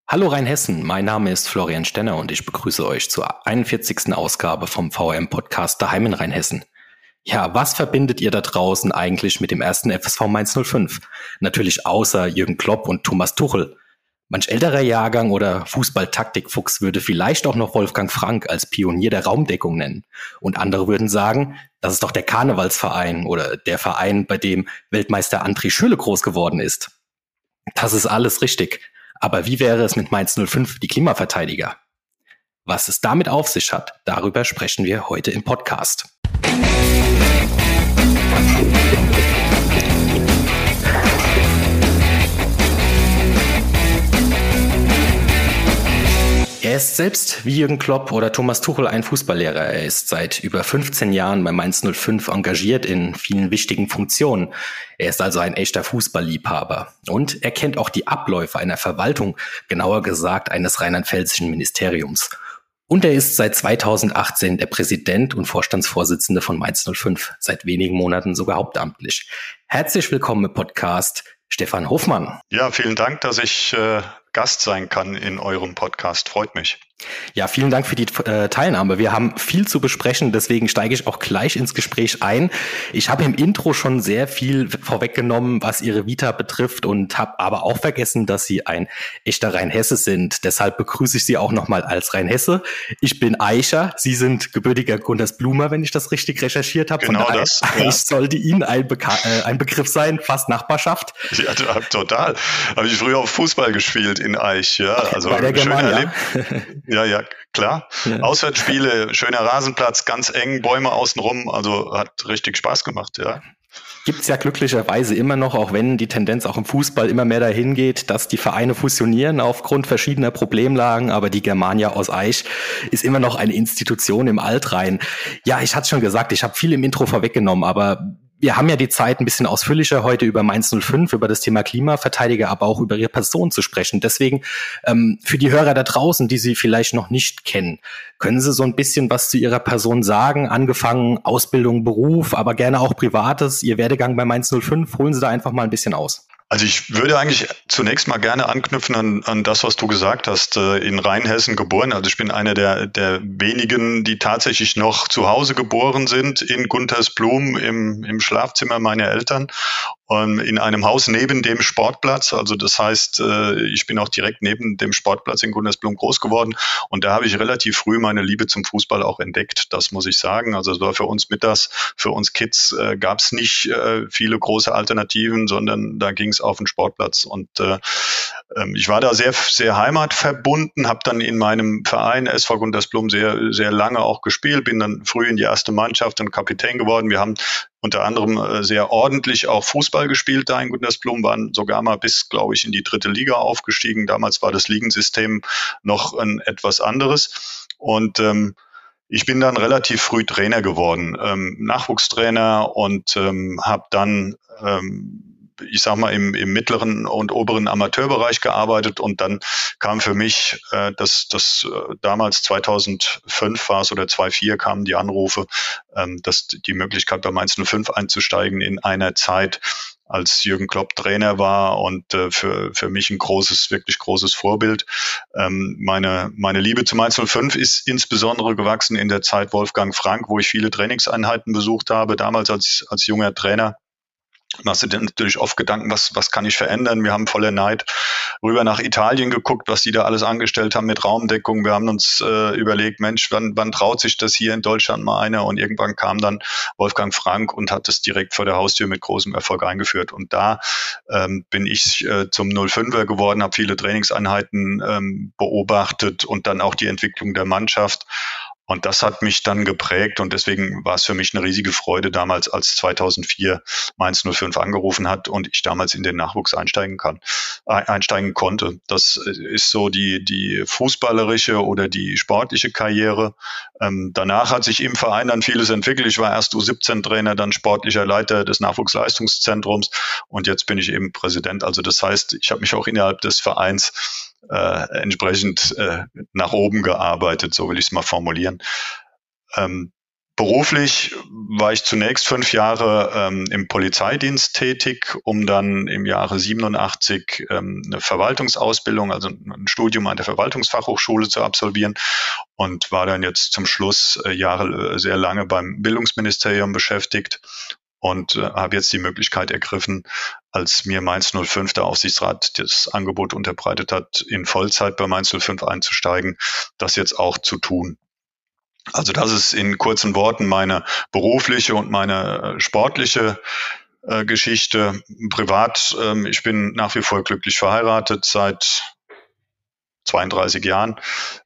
Hallo Rheinhessen, mein Name ist Florian Stenner und ich begrüße euch zur 41. Ausgabe vom VRM-Podcast Daheim in Rheinhessen. Ja, was verbindet ihr da draußen eigentlich mit dem ersten FSV Mainz 05? Natürlich außer Jürgen Klopp und Thomas Tuchel. Manch älterer Jahrgang oder Fußball-Taktikfuchs würde vielleicht auch noch Wolfgang Frank als Pionier der Raumdeckung nennen. Und andere würden sagen, das ist doch der Karnevalsverein oder der Verein, bei dem Weltmeister André Schürrle groß geworden ist. Das ist alles richtig. Aber wie wäre es mit Mainz 05 für die Klimaverteidiger? Was es damit auf sich hat, darüber sprechen wir heute im Podcast. Er ist selbst wie Jürgen Klopp oder Thomas Tuchel ein Fußballlehrer. Er ist seit über 15 Jahren bei Mainz 05 engagiert in vielen wichtigen Funktionen. Er ist also ein echter Fußballliebhaber. Und er kennt auch die Abläufe einer Verwaltung, genauer gesagt eines rheinland-pfälzischen Ministeriums. Und er ist seit 2018 der Präsident und Vorstandsvorsitzende von Mainz 05, seit wenigen Monaten sogar hauptamtlich. Herzlich willkommen im Podcast, Stefan Hofmann. Ja, vielen Dank, dass ich Gast sein kann in eurem Podcast. Freut mich. Ja, vielen Dank für die Teilnahme. Wir haben viel zu besprechen, deswegen steige ich auch gleich ins Gespräch ein. Ich habe im Intro schon sehr viel vorweggenommen, was Ihre Vita betrifft und habe aber auch vergessen, dass Sie ein echter Rheinhesse sind. Deshalb begrüße ich Sie auch nochmal als Rheinhesse. Ich bin Aicher, Sie sind gebürtiger Gundersblumer, wenn ich das richtig recherchiert habe. Genau das. Ja. Ich sollte Ihnen ein Begriff sein, fast Nachbarschaft. Ja, total. Habe ich früher auch Fußball gespielt in Aich. Ja, also bei der Germania. Ja, klar. Ja. Auswärtsspiele, schöner Rasenplatz, ganz eng, Bäume außenrum, also hat richtig Spaß gemacht, ja. Gibt's ja glücklicherweise immer noch, auch wenn die Tendenz auch im Fußball immer mehr dahin geht, dass die Vereine fusionieren aufgrund verschiedener Problemlagen, aber die Germania aus Aich ist immer noch eine Institution im Altrhein. Ja, ich hatte schon gesagt, ich habe viel im Intro vorweggenommen, aber wir haben ja die Zeit, ein bisschen ausführlicher heute über Mainz 05, über das Thema Klimaverteidiger, aber auch über Ihre Person zu sprechen. Deswegen für die Hörer da draußen, die Sie vielleicht noch nicht kennen, können Sie so ein bisschen was zu Ihrer Person sagen? Angefangen Ausbildung, Beruf, aber gerne auch Privates, Ihr Werdegang bei Mainz 05. Holen Sie da einfach mal ein bisschen aus. Also ich würde eigentlich zunächst mal gerne anknüpfen an das, was du gesagt hast, in Rheinhessen geboren. Also ich bin einer der wenigen, die tatsächlich noch zu Hause geboren sind, in Guntersblum im Schlafzimmer meiner Eltern. In einem Haus neben dem Sportplatz. Also das heißt, ich bin auch direkt neben dem Sportplatz in Gundersblum groß geworden. Und da habe ich relativ früh meine Liebe zum Fußball auch entdeckt. Das muss ich sagen. Also es war für uns mittags, für uns Kids gab es nicht viele große Alternativen, sondern da ging es auf den Sportplatz. Und ich war da sehr, sehr heimatverbunden, habe dann in meinem Verein SV Gundersblum sehr, sehr lange auch gespielt, bin dann früh in die erste Mannschaft und Kapitän geworden. Wir haben unter anderem sehr ordentlich auch Fußball gespielt da in Gundersblum, waren sogar mal bis, glaube ich, in die 3. Liga aufgestiegen. Damals war das Ligensystem noch ein etwas anderes. Und ich bin dann relativ früh Trainer geworden, Nachwuchstrainer und habe dann ich sag mal, im mittleren und oberen Amateurbereich gearbeitet und dann kam für mich, das damals 2005 war es oder 2004 kamen die Anrufe, dass die Möglichkeit bei Mainz 05 einzusteigen in einer Zeit, als Jürgen Klopp Trainer war und für mich ein wirklich großes Vorbild. Meine Liebe zu Mainz 05 ist insbesondere gewachsen in der Zeit Wolfgang Frank, wo ich viele Trainingseinheiten besucht habe, damals als junger Trainer. Machst du dir natürlich oft Gedanken, was kann ich verändern? Wir haben voller Neid rüber nach Italien geguckt, was die da alles angestellt haben mit Raumdeckung. Wir haben uns überlegt, Mensch, wann traut sich das hier in Deutschland mal einer? Und irgendwann kam dann Wolfgang Frank und hat es direkt vor der Haustür mit großem Erfolg eingeführt. Und da bin ich zum 05er geworden, habe viele Trainingseinheiten beobachtet und dann auch die Entwicklung der Mannschaft. Und das hat mich dann geprägt und deswegen war es für mich eine riesige Freude damals, als 2004 Mainz 05 angerufen hat und ich damals in den Nachwuchs einsteigen konnte. Das ist so die fußballerische oder die sportliche Karriere. Danach hat sich im Verein dann vieles entwickelt. Ich war erst U17-Trainer, dann sportlicher Leiter des Nachwuchsleistungszentrums und jetzt bin ich eben Präsident. Also das heißt, ich habe mich auch innerhalb des Vereins entsprechend nach oben gearbeitet, so will ich es mal formulieren. Beruflich war ich zunächst 5 Jahre im Polizeidienst tätig, um dann im Jahre 87 eine Verwaltungsausbildung, also ein Studium an der Verwaltungsfachhochschule zu absolvieren und war dann jetzt zum Schluss sehr lange beim Bildungsministerium beschäftigt und habe jetzt die Möglichkeit ergriffen, als mir Mainz 05 der Aufsichtsrat das Angebot unterbreitet hat, in Vollzeit bei Mainz 05 einzusteigen, das jetzt auch zu tun. Also das ist in kurzen Worten meine berufliche und meine sportliche Geschichte. Privat, ich bin nach wie vor glücklich verheiratet seit 32 Jahren,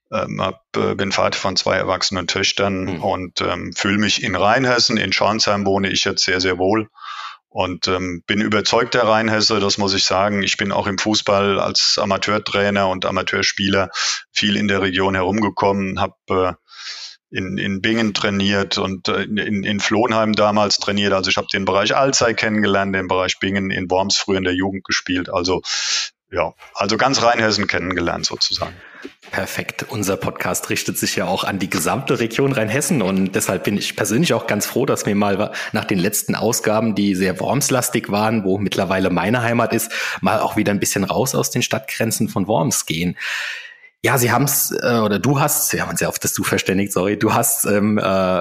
bin Vater von 2 erwachsenen Töchtern und fühle mich in Rheinhessen, in Schornsheim wohne ich jetzt sehr, sehr wohl. Und bin überzeugter Rheinhesse, das muss ich sagen. Ich bin auch im Fußball als Amateurtrainer und Amateurspieler viel in der Region herumgekommen, habe in Bingen trainiert und in Flohnheim damals trainiert. Also ich habe den Bereich Alzey kennengelernt, den Bereich Bingen, in Worms früher in der Jugend gespielt. Also ganz Rheinhessen kennengelernt sozusagen. Perfekt. Unser Podcast richtet sich ja auch an die gesamte Region Rheinhessen und deshalb bin ich persönlich auch ganz froh, dass wir mal nach den letzten Ausgaben, die sehr Wormslastig waren, wo mittlerweile meine Heimat ist, mal auch wieder ein bisschen raus aus den Stadtgrenzen von Worms gehen. Ja, Sie haben es, oder du hast, wir haben uns ja auf das Du verständigt, sorry, du hast eben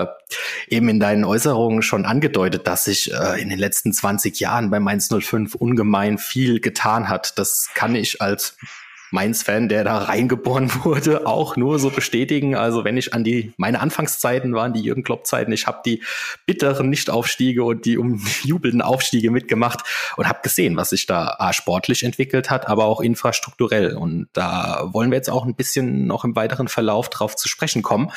in deinen Äußerungen schon angedeutet, dass sich in den letzten 20 Jahren bei Mainz 05 ungemein viel getan hat. Das kann ich als Mainz-Fan, der da reingeboren wurde, auch nur so bestätigen. Also wenn ich an meine Anfangszeiten waren, die Jürgen-Klopp-Zeiten, ich habe die bitteren Nichtaufstiege und die umjubelnden Aufstiege mitgemacht und habe gesehen, was sich da sportlich entwickelt hat, aber auch infrastrukturell. Und da wollen wir jetzt auch ein bisschen noch im weiteren Verlauf drauf zu sprechen kommen.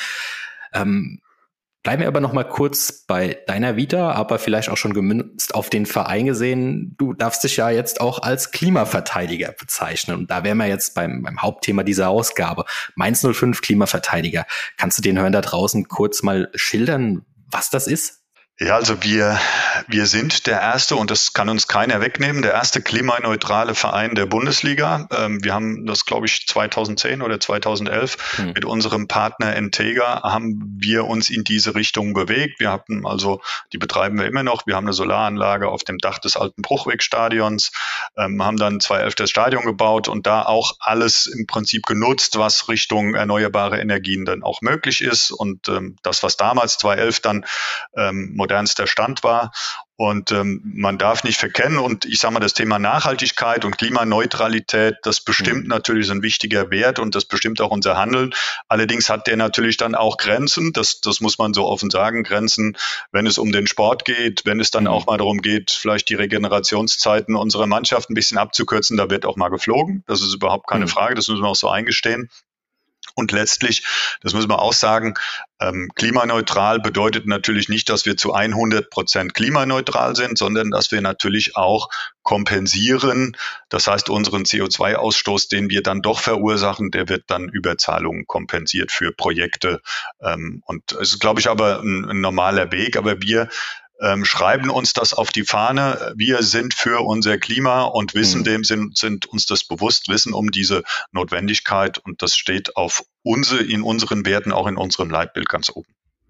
Bleiben wir aber noch mal kurz bei deiner Vita, aber vielleicht auch schon gemünzt auf den Verein gesehen. Du darfst dich ja jetzt auch als Klimaverteidiger bezeichnen. Und da wären wir jetzt beim Hauptthema dieser Ausgabe. Mainz 05 Klimaverteidiger. Kannst du den Hörern da draußen kurz mal schildern, was das ist? Ja, also wir sind der erste, und das kann uns keiner wegnehmen, der erste klimaneutrale Verein der Bundesliga. Wir haben das, glaube ich, 2010 oder 2011 mit unserem Partner Entega haben wir uns in diese Richtung bewegt. Wir hatten also, die betreiben wir immer noch, wir haben eine Solaranlage auf dem Dach des alten Bruchwegstadions, haben dann 2011 das Stadion gebaut und da auch alles im Prinzip genutzt, was Richtung erneuerbare Energien dann auch möglich ist. Und das, was damals 2011 dann modernster Stand war. Und man darf nicht verkennen, und ich sage mal, das Thema Nachhaltigkeit und Klimaneutralität, das bestimmt natürlich ein wichtiger Wert und das bestimmt auch unser Handeln. Allerdings hat der natürlich dann auch Grenzen, das muss man so offen sagen, Grenzen, wenn es um den Sport geht, wenn es dann auch mal darum geht, vielleicht die Regenerationszeiten unserer Mannschaft ein bisschen abzukürzen, da wird auch mal geflogen, das ist überhaupt keine Frage, das müssen wir auch so eingestehen. Und letztlich, das müssen wir auch sagen, klimaneutral bedeutet natürlich nicht, dass wir zu 100% klimaneutral sind, sondern dass wir natürlich auch kompensieren. Das heißt, unseren CO2-Ausstoß, den wir dann doch verursachen, der wird dann über Zahlungen kompensiert für Projekte. Und es ist, glaube ich, aber ein normaler Weg. Aber wir schreiben uns das auf die Fahne. Wir sind für unser Klima und wissen sind uns das bewusst, wissen um diese Notwendigkeit, und das steht in unseren Werten, auch in unserem Leitbild ganz oben.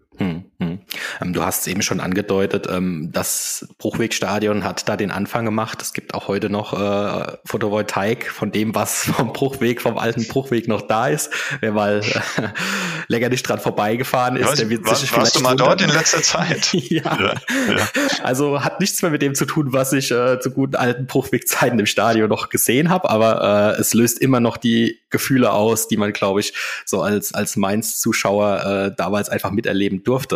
Du hast es eben schon angedeutet, das Bruchwegstadion hat da den Anfang gemacht. Es gibt auch heute noch Photovoltaik von dem, was vom alten Bruchweg noch da ist. Wer mal länger nicht dran vorbeigefahren ist, der wird sich vielleicht warst du mal dort in letzter Zeit? Ja. Also hat nichts mehr mit dem zu tun, was ich zu guten alten Bruchwegzeiten im Stadion noch gesehen habe, aber es löst immer noch die Gefühle aus, die man, glaube ich, so als Mainz-Zuschauer damals einfach miterleben durfte.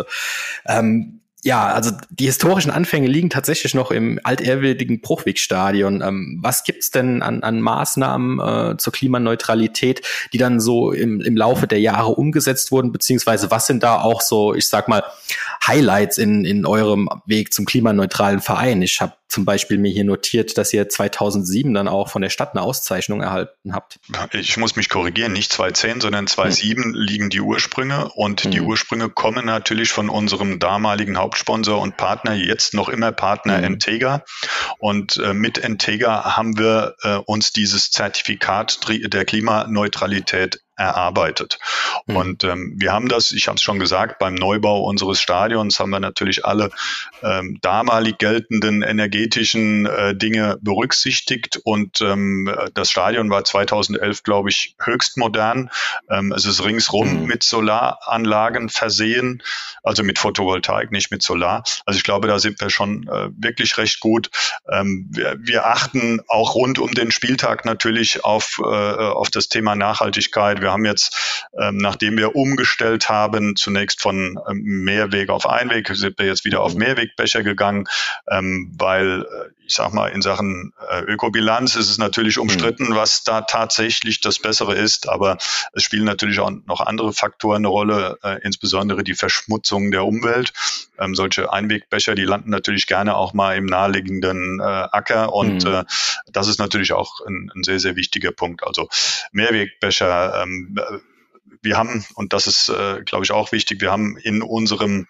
Also die historischen Anfänge liegen tatsächlich noch im altehrwürdigen Bruchwegstadion. Was gibt's denn an Maßnahmen zur Klimaneutralität, die dann so im Laufe der Jahre umgesetzt wurden, beziehungsweise was sind da auch so, ich sag mal, Highlights in eurem Weg zum klimaneutralen Verein? Ich habe zum Beispiel mir hier notiert, dass ihr 2007 dann auch von der Stadt eine Auszeichnung erhalten habt. Ich muss mich korrigieren, nicht 2010, sondern 2007 liegen die Ursprünge, und die Ursprünge kommen natürlich von unserem damaligen Hauptsponsor und Partner, jetzt noch immer Partner Entega. Und mit Entega haben wir uns dieses Zertifikat der Klimaneutralität erarbeitet. Und wir haben das, ich habe es schon gesagt, beim Neubau unseres Stadions haben wir natürlich alle damalig geltenden energetischen Dinge berücksichtigt und das Stadion war 2011, glaube ich, höchst modern. Es ist ringsrum mit Solaranlagen versehen, also mit Photovoltaik, nicht mit Solar. Also ich glaube, da sind wir schon wirklich recht gut. Wir achten auch rund um den Spieltag natürlich auf das Thema Nachhaltigkeit. Wir haben jetzt, nachdem wir umgestellt haben, zunächst von Mehrweg auf Einweg, sind wir jetzt wieder auf Mehrwegbecher gegangen, weil ich sag mal, in Sachen Ökobilanz ist es natürlich umstritten, was da tatsächlich das Bessere ist, aber es spielen natürlich auch noch andere Faktoren eine Rolle, insbesondere die Verschmutzung der Umwelt. Solche Einwegbecher, die landen natürlich gerne auch mal im naheliegenden Acker und das ist natürlich auch ein sehr, sehr wichtiger Punkt. Also Mehrwegbecher, wir haben, und das ist, glaube ich, auch wichtig, wir haben in unserer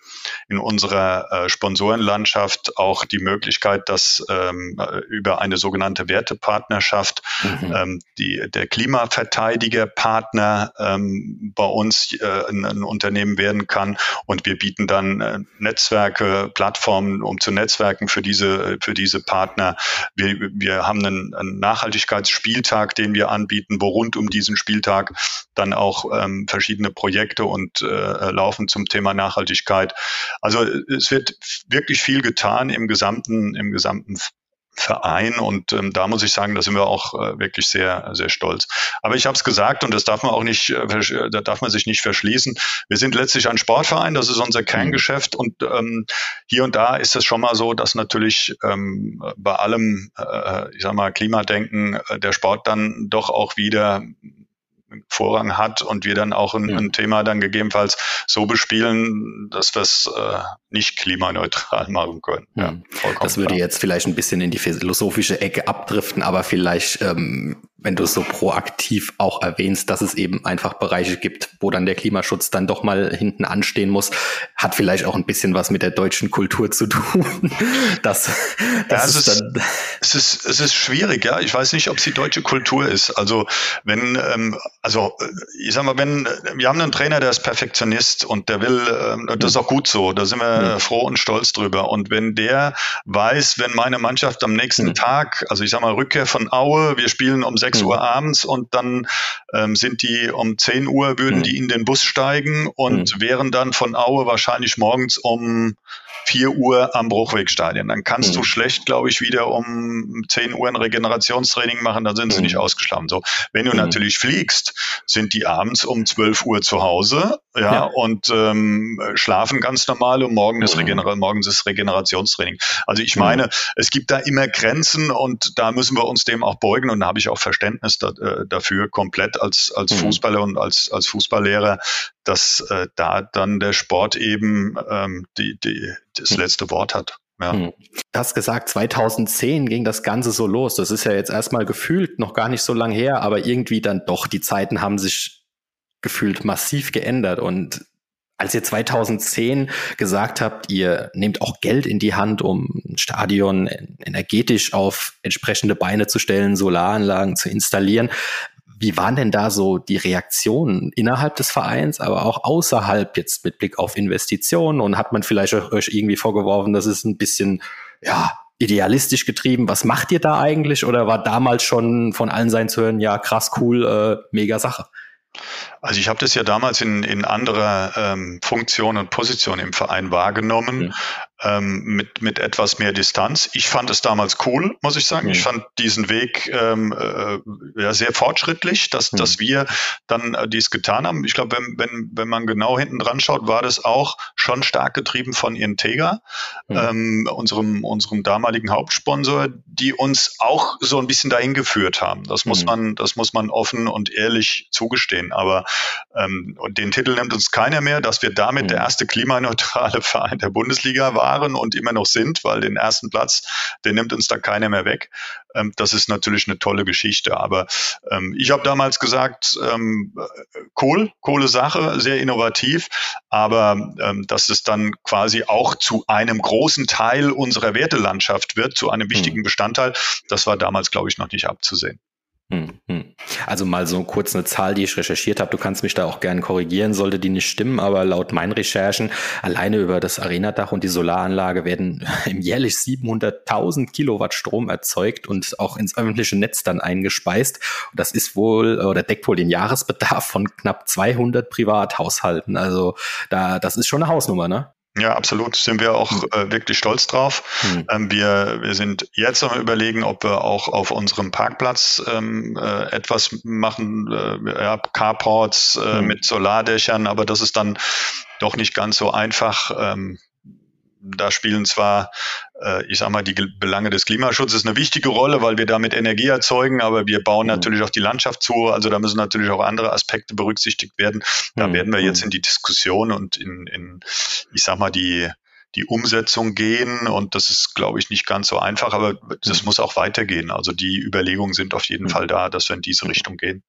Sponsorenlandschaft auch die Möglichkeit, dass über eine sogenannte Wertepartnerschaft der Klimaverteidigerpartner bei uns ein Unternehmen werden kann. Und wir bieten dann Netzwerke, Plattformen, um zu netzwerken für diese Partner. Wir haben einen Nachhaltigkeitsspieltag, den wir anbieten, wo rund um diesen Spieltag dann auch verschiedene Projekte und laufen zum Thema Nachhaltigkeit. Also es wird wirklich viel getan im gesamten Verein und da muss ich sagen, da sind wir auch wirklich sehr, sehr stolz. Aber ich habe es gesagt und das darf man auch nicht, da darf man sich nicht verschließen. Wir sind letztlich ein Sportverein, das ist unser Kerngeschäft und hier und da ist es schon mal so, dass natürlich bei allem, ich sag mal, Klimadenken der Sport dann doch auch wieder Vorrang hat und wir dann auch ein Thema dann gegebenenfalls so bespielen, dass wir es nicht klimaneutral machen können. Ja, das würde jetzt vielleicht ein bisschen in die philosophische Ecke abdriften, aber vielleicht, wenn du es so proaktiv auch erwähnst, dass es eben einfach Bereiche gibt, wo dann der Klimaschutz dann doch mal hinten anstehen muss, hat vielleicht auch ein bisschen was mit der deutschen Kultur zu tun. Es ist schwierig, ja. Ich weiß nicht, ob es die deutsche Kultur ist. Also ich sag mal, wir haben einen Trainer, der ist Perfektionist und der will, das ist auch gut so, da sind wir froh und stolz drüber. Und wenn der weiß, wenn meine Mannschaft am nächsten Tag, also ich sag mal Rückkehr von Aue, wir spielen um 6 Uhr abends und dann sind die um 10 Uhr, würden die in den Bus steigen und wären dann von Aue wahrscheinlich morgens um 4 Uhr am Bruchwegstadion. Dann kannst du schlecht, glaube ich, wieder um 10 Uhr ein Regenerationstraining machen, dann sind sie nicht ausgeschlafen. So, wenn du natürlich fliegst, sind die abends um 12 Uhr zu Hause, und schlafen ganz normal und morgens ist Regenerationstraining. Also ich meine, es gibt da immer Grenzen und da müssen wir uns dem auch beugen und da habe ich auch Verständnis dafür komplett als Fußballer und als Fußballlehrer, dass da dann der Sport eben das letzte Wort hat. Ja. Du hast gesagt, 2010 ging das Ganze so los. Das ist ja jetzt erstmal gefühlt noch gar nicht so lang her, aber irgendwie dann doch, die Zeiten haben sich gefühlt massiv geändert. Und als ihr 2010 gesagt habt, ihr nehmt auch Geld in die Hand, um ein Stadion energetisch auf entsprechende Beine zu stellen, Solaranlagen zu installieren, wie waren denn da so die Reaktionen innerhalb des Vereins, aber auch außerhalb jetzt mit Blick auf Investitionen? Und hat man vielleicht euch irgendwie vorgeworfen, das ist ein bisschen, idealistisch getrieben? Was macht ihr da eigentlich? Oder war damals schon von allen Seiten zu hören, ja, krass, cool, mega Sache? Also ich habe das ja damals in anderer Funktion und Position im Verein wahrgenommen, mit etwas mehr Distanz. Ich fand es damals cool, muss ich sagen. Ich fand diesen Weg sehr fortschrittlich, dass wir dann dies getan haben. Ich glaube, wenn man genau hinten dran schaut, war das auch schon stark getrieben von Integra, unserem damaligen Hauptsponsor, die uns auch so ein bisschen dahin geführt haben. Das muss man offen und ehrlich zugestehen. Aber und den Titel nimmt uns keiner mehr, dass wir damit der erste klimaneutrale Verein der Bundesliga waren und immer noch sind, weil den ersten Platz, den nimmt uns da keiner mehr weg. Das ist natürlich eine tolle Geschichte. Aber ich habe damals gesagt, coole Sache, sehr innovativ, aber dass es dann quasi auch zu einem großen Teil unserer Wertelandschaft wird, zu einem wichtigen Bestandteil, das war damals, glaube ich, noch nicht abzusehen. Also mal so kurz eine Zahl, die ich recherchiert habe. Du kannst mich da auch gerne korrigieren, sollte die nicht stimmen. Aber laut meinen Recherchen, alleine über das Arenadach und die Solaranlage werden im jährlich 700.000 Kilowatt Strom erzeugt und auch ins öffentliche Netz dann eingespeist. Und das ist wohl oder deckt wohl den Jahresbedarf von knapp 200 Privathaushalten. Also das ist schon eine Hausnummer, ne? Ja, absolut. Sind wir auch wirklich stolz drauf. Wir sind jetzt am Überlegen, ob wir auch auf unserem Parkplatz etwas machen, Carports mit Solardächern, aber das ist dann doch nicht ganz so einfach. Da spielen zwar, die Belange des Klimaschutzes eine wichtige Rolle, weil wir damit Energie erzeugen, aber wir bauen natürlich auch die Landschaft zu. Also da müssen natürlich auch andere Aspekte berücksichtigt werden. Da werden wir jetzt in die Diskussion und in die Umsetzung gehen. Und das ist, glaube ich, nicht ganz so einfach, aber das muss auch weitergehen. Also die Überlegungen sind auf jeden Fall da, dass wir in diese Richtung gehen.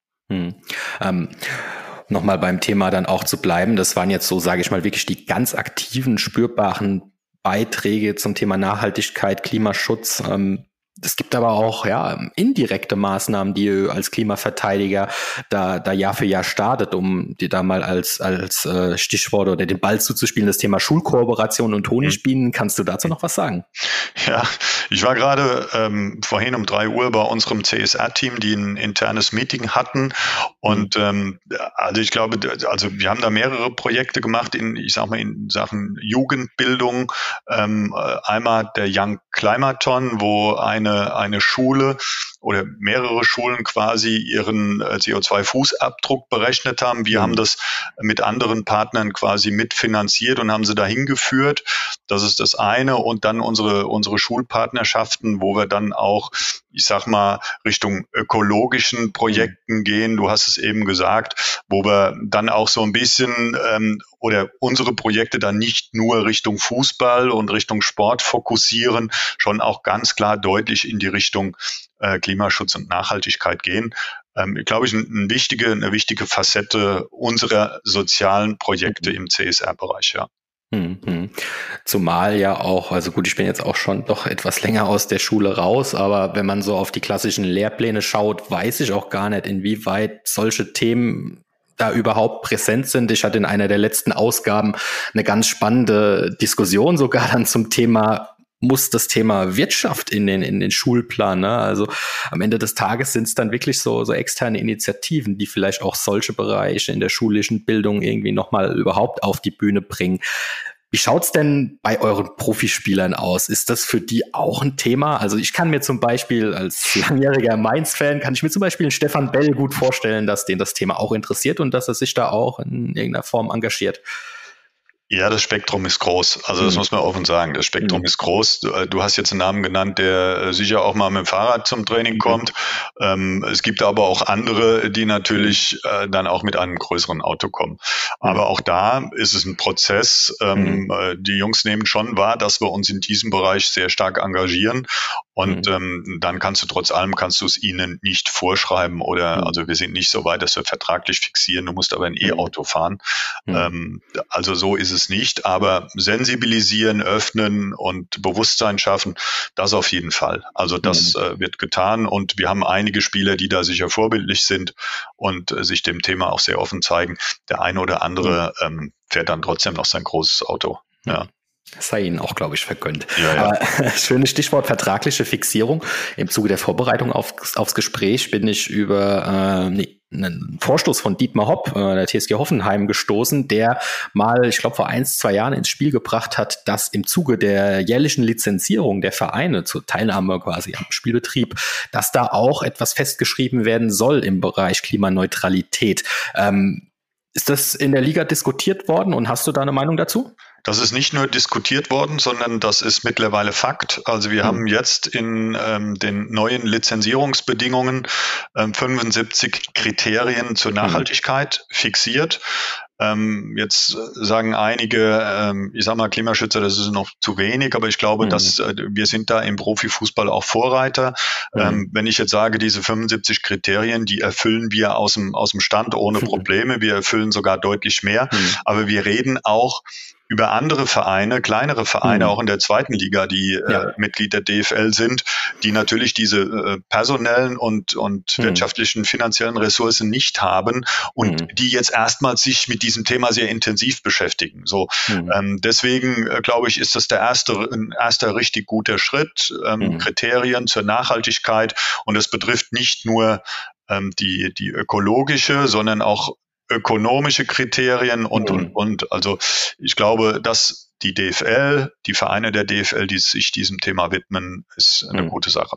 Nochmal beim Thema dann auch zu bleiben. Das waren jetzt so, sage ich mal, wirklich die ganz aktiven, spürbaren Beiträge zum Thema Nachhaltigkeit, Klimaschutz. Es gibt aber auch indirekte Maßnahmen, die ihr als Klimaverteidiger da Jahr für Jahr startet, um dir da mal als Stichwort oder den Ball zuzuspielen, das Thema Schulkooperation und Honigbienen. Kannst du dazu noch was sagen? Ja, ich war gerade vorhin um 3 Uhr bei unserem CSR-Team, die ein internes Meeting hatten. Und also ich glaube, wir haben da mehrere Projekte gemacht in Sachen Jugendbildung. Einmal der Young Climaton, wo eine Schule oder mehrere Schulen quasi ihren CO2-Fußabdruck berechnet haben. Wir haben das mit anderen Partnern quasi mitfinanziert und haben sie dahin geführt. Das ist das eine. Und dann unsere Schulpartnerschaften, wo wir dann auch, Richtung ökologischen Projekten gehen. Du hast es eben gesagt, wo wir dann auch so ein bisschen oder unsere Projekte dann nicht nur Richtung Fußball und Richtung Sport fokussieren, schon auch ganz klar deutlich in die Richtung Klimaschutz und Nachhaltigkeit gehen. Glaube ich, eine wichtige Facette unserer sozialen Projekte im CSR-Bereich, ja. Zumal ja auch, also gut, ich bin jetzt auch schon doch etwas länger aus der Schule raus, aber wenn man so auf die klassischen Lehrpläne schaut, weiß ich auch gar nicht, inwieweit solche Themen da überhaupt präsent sind. Ich hatte in einer der letzten Ausgaben eine ganz spannende Diskussion sogar dann zum Thema, muss das Thema Wirtschaft in den Schulplan, ne? Also am Ende des Tages sind es dann wirklich so externe Initiativen, die vielleicht auch solche Bereiche in der schulischen Bildung irgendwie nochmal überhaupt auf die Bühne bringen. Wie schaut's denn bei euren Profispielern aus? Ist das für die auch ein Thema? Also ich kann mir zum Beispiel als langjähriger Mainz-Fan, kann ich mir zum Beispiel einen Stefan Bell gut vorstellen, dass den das Thema auch interessiert und dass er sich da auch in irgendeiner Form engagiert. Ja, das Spektrum ist groß. Also das muss man offen sagen. Das Spektrum ist groß. Du hast jetzt einen Namen genannt, der sicher auch mal mit dem Fahrrad zum Training kommt. Es gibt aber auch andere, die natürlich dann auch mit einem größeren Auto kommen. Aber auch da ist es ein Prozess. Die Jungs nehmen schon wahr, dass wir uns in diesem Bereich sehr stark engagieren. Und dann kannst du es ihnen nicht vorschreiben oder also wir sind nicht so weit, dass wir vertraglich fixieren, du musst aber ein E-Auto fahren. Also so ist es nicht, aber sensibilisieren, öffnen und Bewusstsein schaffen, das auf jeden Fall. Also das wird getan und wir haben einige Spieler, die da sicher vorbildlich sind und sich dem Thema auch sehr offen zeigen. Der eine oder andere fährt dann trotzdem noch sein großes Auto. Ja. Das sei Ihnen auch, glaube ich, vergönnt. Ja. Aber schönes Stichwort vertragliche Fixierung. Im Zuge der Vorbereitung aufs Gespräch bin ich über einen Vorstoß von Dietmar Hopp, der TSG Hoffenheim, gestoßen, der mal, ich glaube, vor 1-2 Jahren ins Spiel gebracht hat, dass im Zuge der jährlichen Lizenzierung der Vereine zur Teilnahme quasi am Spielbetrieb, dass da auch etwas festgeschrieben werden soll im Bereich Klimaneutralität. Ist das in der Liga diskutiert worden und hast du da eine Meinung dazu? Das ist nicht nur diskutiert worden, sondern das ist mittlerweile Fakt. Also wir haben jetzt in den neuen Lizenzierungsbedingungen 75 Kriterien zur Nachhaltigkeit fixiert. Jetzt sagen einige, Klimaschützer, das ist noch zu wenig, aber ich glaube, dass wir sind da im Profifußball auch Vorreiter. Wenn ich jetzt sage, diese 75 Kriterien, die erfüllen wir aus dem Stand ohne Probleme. Wir erfüllen sogar deutlich mehr. Aber wir reden auch über andere Vereine, kleinere Vereine, auch in der zweiten Liga, die Mitglied der DFL sind, die natürlich diese personellen und wirtschaftlichen, finanziellen Ressourcen nicht haben und die jetzt erstmals sich mit diesem Thema sehr intensiv beschäftigen. So, deswegen glaube ich, ist das ein erster richtig guter Schritt, Kriterien zur Nachhaltigkeit, und es betrifft nicht nur die ökologische, sondern auch ökonomische Kriterien und also ich glaube, dass die DFL, die Vereine der DFL, die sich diesem Thema widmen, ist eine gute Sache.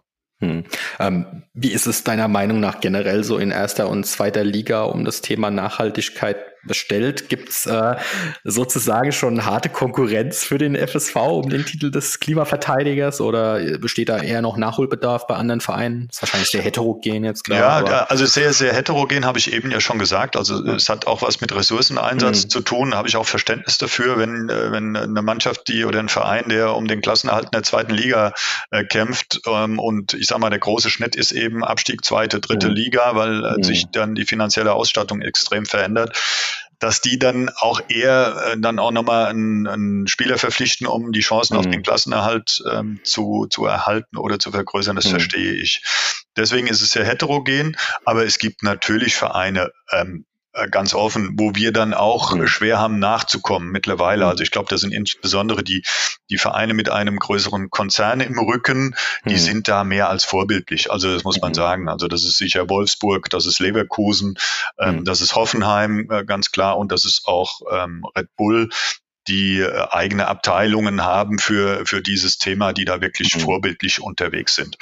Wie ist es deiner Meinung nach generell so in erster und zweiter Liga um das Thema Nachhaltigkeit bestellt? Gibt es sozusagen schon harte Konkurrenz für den FSV um den Titel des Klimaverteidigers oder besteht da eher noch Nachholbedarf bei anderen Vereinen? Das ist wahrscheinlich sehr heterogen jetzt, klar. Ja, also sehr, sehr heterogen, habe ich eben ja schon gesagt. Also es hat auch was mit Ressourceneinsatz zu tun. Da habe ich auch Verständnis dafür, wenn eine Mannschaft oder ein Verein, der um den Klassenerhalt in der zweiten Liga kämpft und ich sag mal, der große Schnitt ist eben Abstieg zweite, dritte Liga, weil sich dann die finanzielle Ausstattung extrem verändert, dass die dann auch eher dann auch nochmal einen Spieler verpflichten, um die Chancen auf den Klassenerhalt zu erhalten oder zu vergrößern, das verstehe ich. Deswegen ist es sehr heterogen, aber es gibt natürlich Vereine, ganz offen, wo wir dann auch schwer haben nachzukommen mittlerweile. Also ich glaube, das sind insbesondere die Vereine mit einem größeren Konzern im Rücken, die sind da mehr als vorbildlich. Also das muss man sagen. Also das ist sicher Wolfsburg, das ist Leverkusen, das ist Hoffenheim, ganz klar, und das ist auch Red Bull, die eigene Abteilungen haben für dieses Thema, die da wirklich vorbildlich unterwegs sind.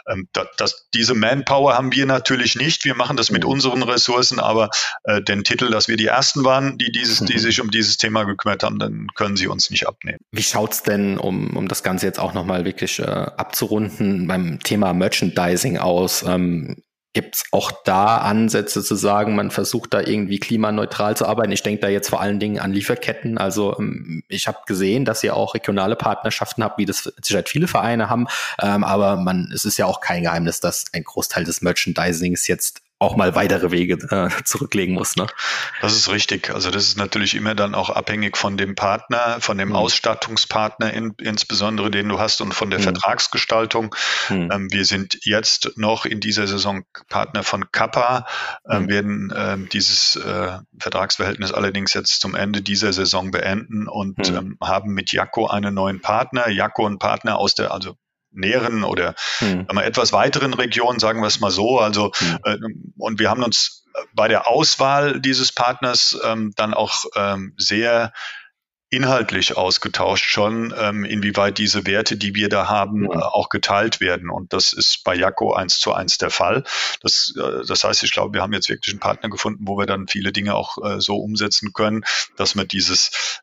Diese Manpower haben wir natürlich nicht. Wir machen das mit unseren Ressourcen, aber den Titel, dass wir die Ersten waren, die sich um dieses Thema gekümmert haben, dann können sie uns nicht abnehmen. Wie schaut's denn, um das Ganze jetzt auch nochmal wirklich abzurunden, beim Thema Merchandising aus? Gibt es auch da Ansätze zu sagen, man versucht da irgendwie klimaneutral zu arbeiten? Ich denke da jetzt vor allen Dingen an Lieferketten. Also ich habe gesehen, dass ihr auch regionale Partnerschaften habt, wie das sicher viele Vereine haben. Aber es ist ja auch kein Geheimnis, dass ein Großteil des Merchandisings jetzt auch mal weitere Wege zurücklegen muss, ne? Das ist richtig. Also das ist natürlich immer dann auch abhängig von dem Partner, von dem Ausstattungspartner insbesondere, den du hast, und von der Vertragsgestaltung. Wir sind jetzt noch in dieser Saison Partner von Kappa, werden dieses Vertragsverhältnis allerdings jetzt zum Ende dieser Saison beenden und haben mit Jacko einen neuen Partner. Jacko, ein Partner aus der, also näheren oder etwas weiteren Regionen, sagen wir es mal so. Also und wir haben uns bei der Auswahl dieses Partners dann auch sehr inhaltlich ausgetauscht schon, inwieweit diese Werte, die wir da haben, auch geteilt werden. Und das ist bei Jacko 1:1 der Fall. Das heißt, ich glaube, wir haben jetzt wirklich einen Partner gefunden, wo wir dann viele Dinge auch so umsetzen können, dass man den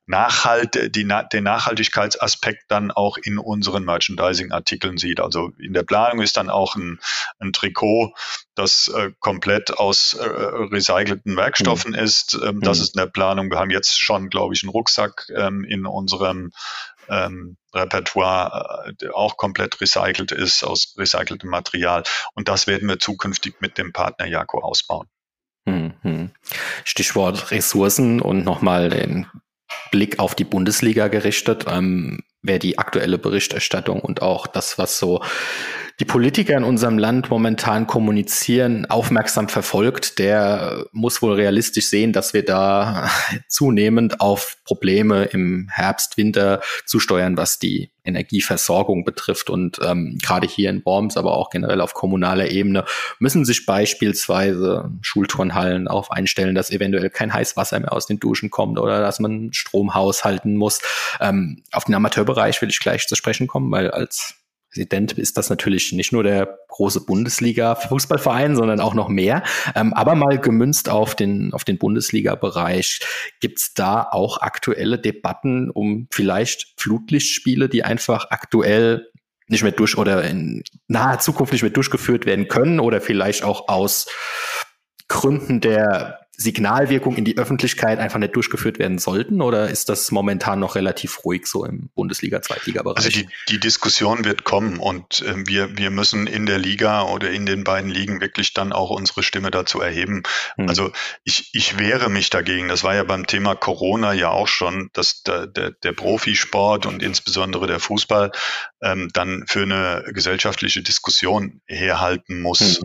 Nachhaltigkeitsaspekt dann auch in unseren Merchandising-Artikeln sieht. Also in der Planung ist dann auch ein Trikot, das komplett aus recycelten Werkstoffen ist. Das ist in der Planung. Wir haben jetzt schon, glaube ich, einen Rucksack in unserem Repertoire, der auch komplett recycelt ist, aus recyceltem Material. Und das werden wir zukünftig mit dem Partner Jacko ausbauen. Stichwort Ressourcen und nochmal den Blick auf die Bundesliga gerichtet. Wer die aktuelle Berichterstattung und auch das, was so die Politiker in unserem Land momentan kommunizieren, aufmerksam verfolgt, der muss wohl realistisch sehen, dass wir da zunehmend auf Probleme im Herbst, Winter zusteuern, was die Energieversorgung betrifft. Und gerade hier in Worms, aber auch generell auf kommunaler Ebene, müssen sich beispielsweise Schulturnhallen auf einstellen, dass eventuell kein Heißwasser mehr aus den Duschen kommt oder dass man Strom haushalten muss. Auf den Amateurbereich will ich gleich zu sprechen kommen, weil als Präsident ist das natürlich nicht nur der große Bundesliga-Fußballverein, sondern auch noch mehr. Aber mal gemünzt auf den Bundesliga-Bereich, gibt's da auch aktuelle Debatten um vielleicht Flutlichtspiele, die einfach aktuell nicht mehr oder in naher Zukunft nicht mehr durchgeführt werden können oder vielleicht auch aus Gründen der Signalwirkung in die Öffentlichkeit einfach nicht durchgeführt werden sollten? Oder ist das momentan noch relativ ruhig so im Bundesliga-Zweitliga-Bereich? Also die Diskussion wird kommen und wir müssen in der Liga oder in den beiden Ligen wirklich dann auch unsere Stimme dazu erheben. Also ich wehre mich dagegen. Das war ja beim Thema Corona ja auch schon, dass der Profisport und insbesondere der Fußball dann für eine gesellschaftliche Diskussion herhalten muss.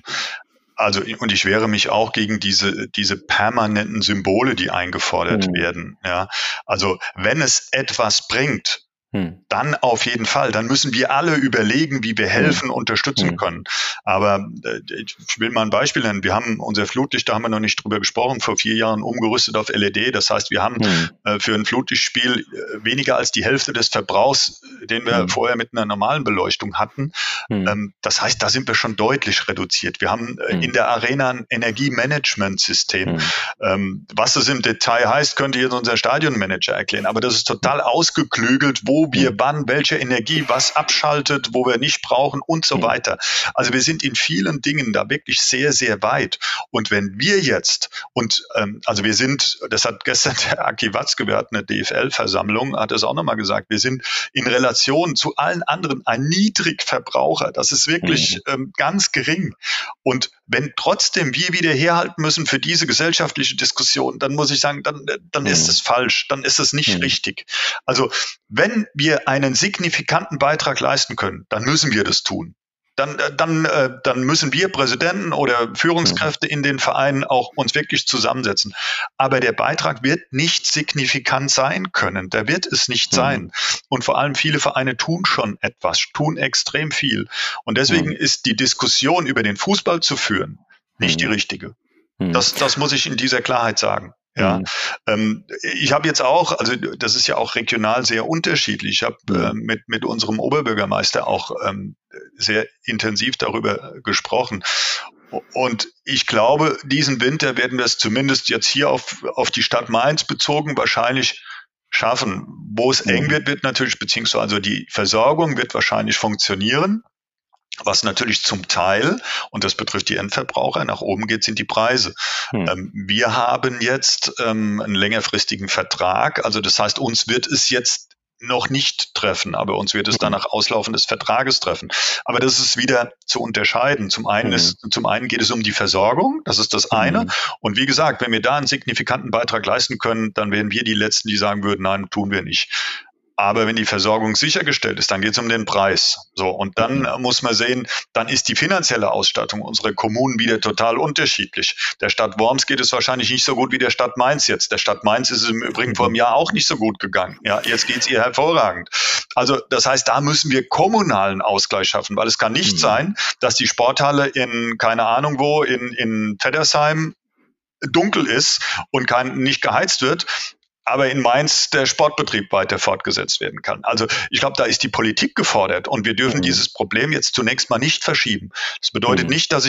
Also, und ich wehre mich auch gegen diese permanenten Symbole, die eingefordert werden. Ja, also, wenn es etwas bringt, dann auf jeden Fall. Dann müssen wir alle überlegen, wie wir helfen, unterstützen können. Aber ich will mal ein Beispiel nennen. Wir haben unser Flutlicht, da haben wir noch nicht drüber gesprochen, vor 4 Jahren umgerüstet auf LED. Das heißt, wir haben für ein Flutlichtspiel weniger als die Hälfte des Verbrauchs, den wir vorher mit einer normalen Beleuchtung hatten. Das heißt, da sind wir schon deutlich reduziert. Wir haben in der Arena ein Energiemanagementsystem. Was das im Detail heißt, könnte jetzt unser Stadionmanager erklären. Aber das ist total ausgeklügelt, wo wir wann welche Energie was abschaltet, wo wir nicht brauchen und so weiter. Also wir sind in vielen Dingen da wirklich sehr, sehr weit. Und wenn wir jetzt, also wir sind, das hat gestern der Aki Watzke, wir hatten eine DFL-Versammlung, hat das auch nochmal gesagt, wir sind in Relation zu allen anderen ein Niedrigverbraucher. Das ist wirklich ganz gering. Und wenn trotzdem wir wieder herhalten müssen für diese gesellschaftliche Diskussion, dann muss ich sagen, dann ist es falsch, dann ist es nicht richtig. Also wenn wir einen signifikanten Beitrag leisten können, dann müssen wir das tun. Dann müssen wir Präsidenten oder Führungskräfte in den Vereinen auch uns wirklich zusammensetzen. Aber der Beitrag wird nicht signifikant sein können. Der wird es nicht sein. Und vor allem viele Vereine tun schon etwas, tun extrem viel. Und deswegen ist die Diskussion über den Fußball zu führen nicht die richtige. Das muss ich in dieser Klarheit sagen. Ja, ich habe jetzt auch, also das ist ja auch regional sehr unterschiedlich. Ich habe mit unserem Oberbürgermeister auch sehr intensiv darüber gesprochen. Und ich glaube, diesen Winter werden wir es zumindest jetzt hier auf die Stadt Mainz bezogen wahrscheinlich schaffen. Wo es eng wird natürlich, beziehungsweise die Versorgung wird wahrscheinlich funktionieren. Was natürlich zum Teil, und das betrifft die Endverbraucher, nach oben geht, sind die Preise. Wir haben jetzt einen längerfristigen Vertrag, also das heißt, uns wird es jetzt noch nicht treffen, aber uns wird es dann nach Auslaufen des Vertrages treffen. Aber das ist wieder zu unterscheiden. Zum einen geht es um die Versorgung, das ist das eine. Und wie gesagt, wenn wir da einen signifikanten Beitrag leisten können, dann wären wir die Letzten, die sagen würden, nein, tun wir nicht. Aber wenn die Versorgung sichergestellt ist, dann geht es um den Preis. So, und dann muss man sehen, dann ist die finanzielle Ausstattung unserer Kommunen wieder total unterschiedlich. Der Stadt Worms geht es wahrscheinlich nicht so gut wie der Stadt Mainz jetzt. Der Stadt Mainz ist es im Übrigen vor einem Jahr auch nicht so gut gegangen. Ja, jetzt geht es ihr hervorragend. Also das heißt, da müssen wir kommunalen Ausgleich schaffen, weil es kann nicht sein, dass die Sporthalle in, keine Ahnung wo, in Feddersheim dunkel ist und nicht geheizt wird, aber in Mainz der Sportbetrieb weiter fortgesetzt werden kann. Also ich glaube, da ist die Politik gefordert und wir dürfen dieses Problem jetzt zunächst mal nicht verschieben. Das bedeutet nicht, dass